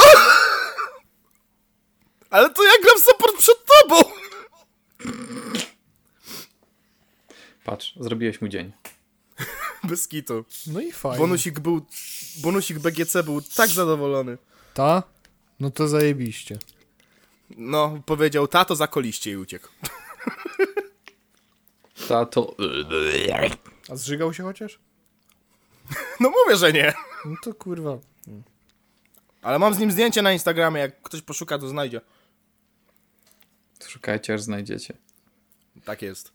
Ale to ja gram support przed tobą. Patrz, zrobiłeś mu dzień. Bez kitu. No i fajnie. Bonusik był, bonusik B G C był tak zadowolony. Ta? No to zajebiście. No, powiedział, tato zakoliście i uciekł. Tato... A zżygał się chociaż? No mówię, że nie. No to kurwa. Ale mam z nim zdjęcie na Instagramie, jak ktoś poszuka, to znajdzie. Szukajcie, aż znajdziecie. Tak jest.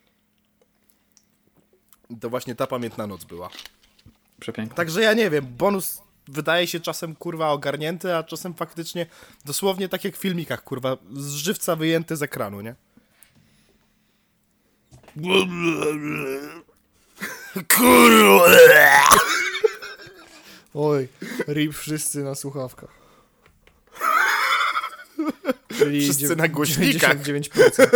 To właśnie ta pamiętna noc była. Przepięknie. Także ja nie wiem, Bonus wydaje się czasem, kurwa, ogarnięty, a czasem faktycznie dosłownie tak jak w filmikach, kurwa, z żywca wyjęty z ekranu, nie? Kurwa! Oj, rip wszyscy na słuchawkach. Czyli Wszyscy na głośnikach. dziewięćdziesiąt dziewięć procent.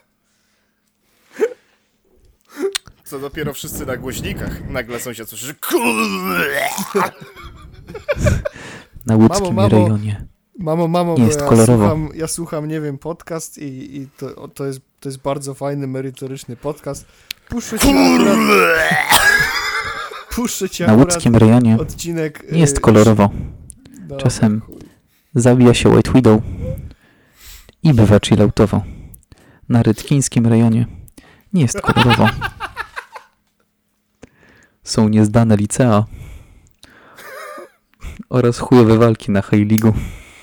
Co dopiero wszyscy na głośnikach. Nagle sąsiad słyszy, że kurwa! Na łódzkim Mamo, mamo. rejonie. Mamo, mamo, Nie bo jest ja kolorowo. słucham, ja słucham, nie wiem, podcast i, i to, to, jest, to jest bardzo fajny, merytoryczny podcast. Puszczę ci akurat, puszczę ci Na akurat łódzkim rejonie odcinek... nie jest y, kolorowo. no, Czasem chuj. zabija się White Widow i bywa chilloutowo. Na rydkińskim rejonie nie jest kolorowo. Są niezdane licea oraz chujowe walki na High League'u.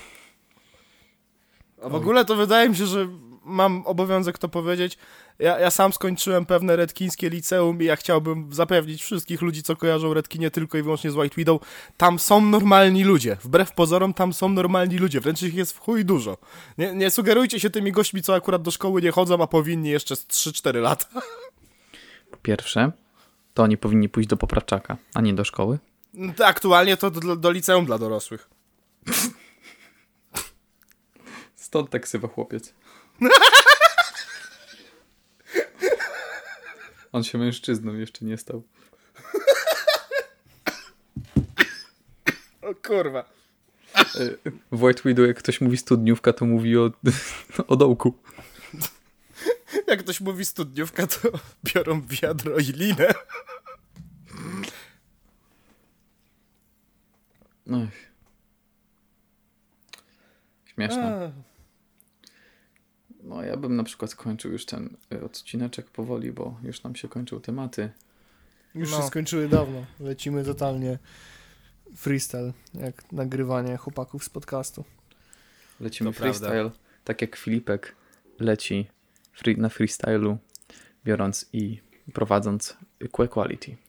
A w ogóle to wydaje mi się, że mam obowiązek to powiedzieć. Ja, ja sam skończyłem pewne redkińskie liceum i ja chciałbym zapewnić wszystkich ludzi, co kojarzą Redkinie tylko i wyłącznie z White Widow, tam są normalni ludzie. Wbrew pozorom tam są normalni ludzie, wręcz ich jest w chuj dużo. Nie, nie sugerujcie się tymi gośćmi, co akurat do szkoły nie chodzą, a powinni jeszcze z trzy cztery lata. Po pierwsze, to oni powinni pójść do poprawczaka, a nie do szkoły. To aktualnie to do, do liceum dla dorosłych. Stąd tak sywa chłopiec. On się mężczyzną jeszcze nie stał. O kurwa. W White Widow, jak ktoś mówi studniówka, to mówi o, o dołku. Jak ktoś mówi studniówka, to biorą wiadro i linę. Ech. Śmieszne. No ja bym na przykład skończył już ten y, odcineczek powoli, bo już nam się kończą tematy. Już No. się skończyły dawno. Lecimy totalnie freestyle, jak nagrywanie chłopaków z podcastu. Lecimy To freestyle, prawda. tak jak Filipek leci free, na freestylu, biorąc i prowadząc Q Quality.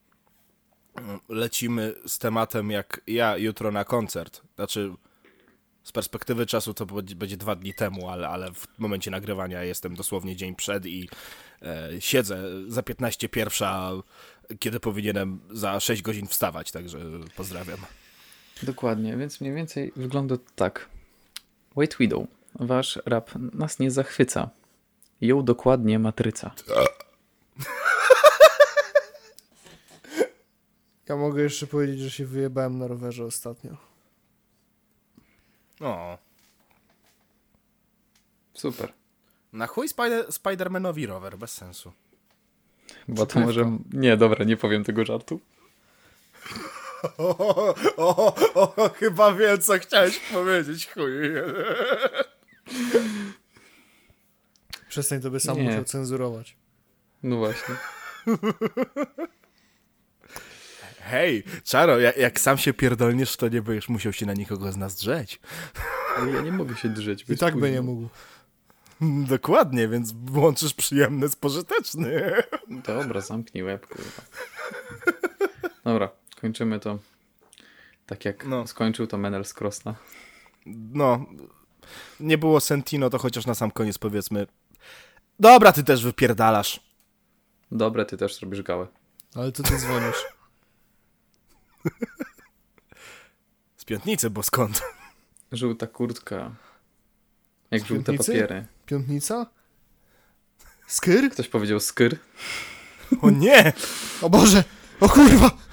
Lecimy z tematem jak ja jutro na koncert. Znaczy, z perspektywy czasu to będzie będzie dwa dni temu, ale, ale w momencie nagrywania jestem dosłownie dzień przed i e, siedzę za piętnaście pierwsza, kiedy powinienem za sześć godzin wstawać, także pozdrawiam. Dokładnie, więc mniej więcej wygląda to tak. White Widow, wasz rap nas nie zachwyca. Ją dokładnie matryca. Ja mogę jeszcze powiedzieć, że się wyjebałem na rowerze ostatnio. O, Super. na chuj Spider- Spidermanowi rower, bez sensu. Bo to może... Nie, dobra, nie powiem tego żartu. O, o, o, o, chyba wiem, co chciałeś powiedzieć, chuj. Przestań, to by sam Nie. musiał cenzurować. No właśnie. Hej, Czaro, jak, jak sam się pierdolniesz, to nie będziesz musiał się na nikogo z nas drzeć. Ale ja nie mogę się drzeć. I być tak by późno. nie mógł. Dokładnie, więc łączysz przyjemne z pożytecznym. Dobra, zamknij łeb, kurwa. Dobra, kończymy to tak jak No. skończył to Menel z Krosna. No, nie było Sentino, to chociaż na sam koniec powiedzmy, dobra, ty też wypierdalasz. Dobre, ty też robisz gałę. Ale to ty dzwonisz. Z piątnicy, bo skąd? Żółta kurtka. Jak Z żółte piątnicy? papiery. Piątnica? Skyr? Ktoś powiedział skyr? O nie! O Boże! O kurwa!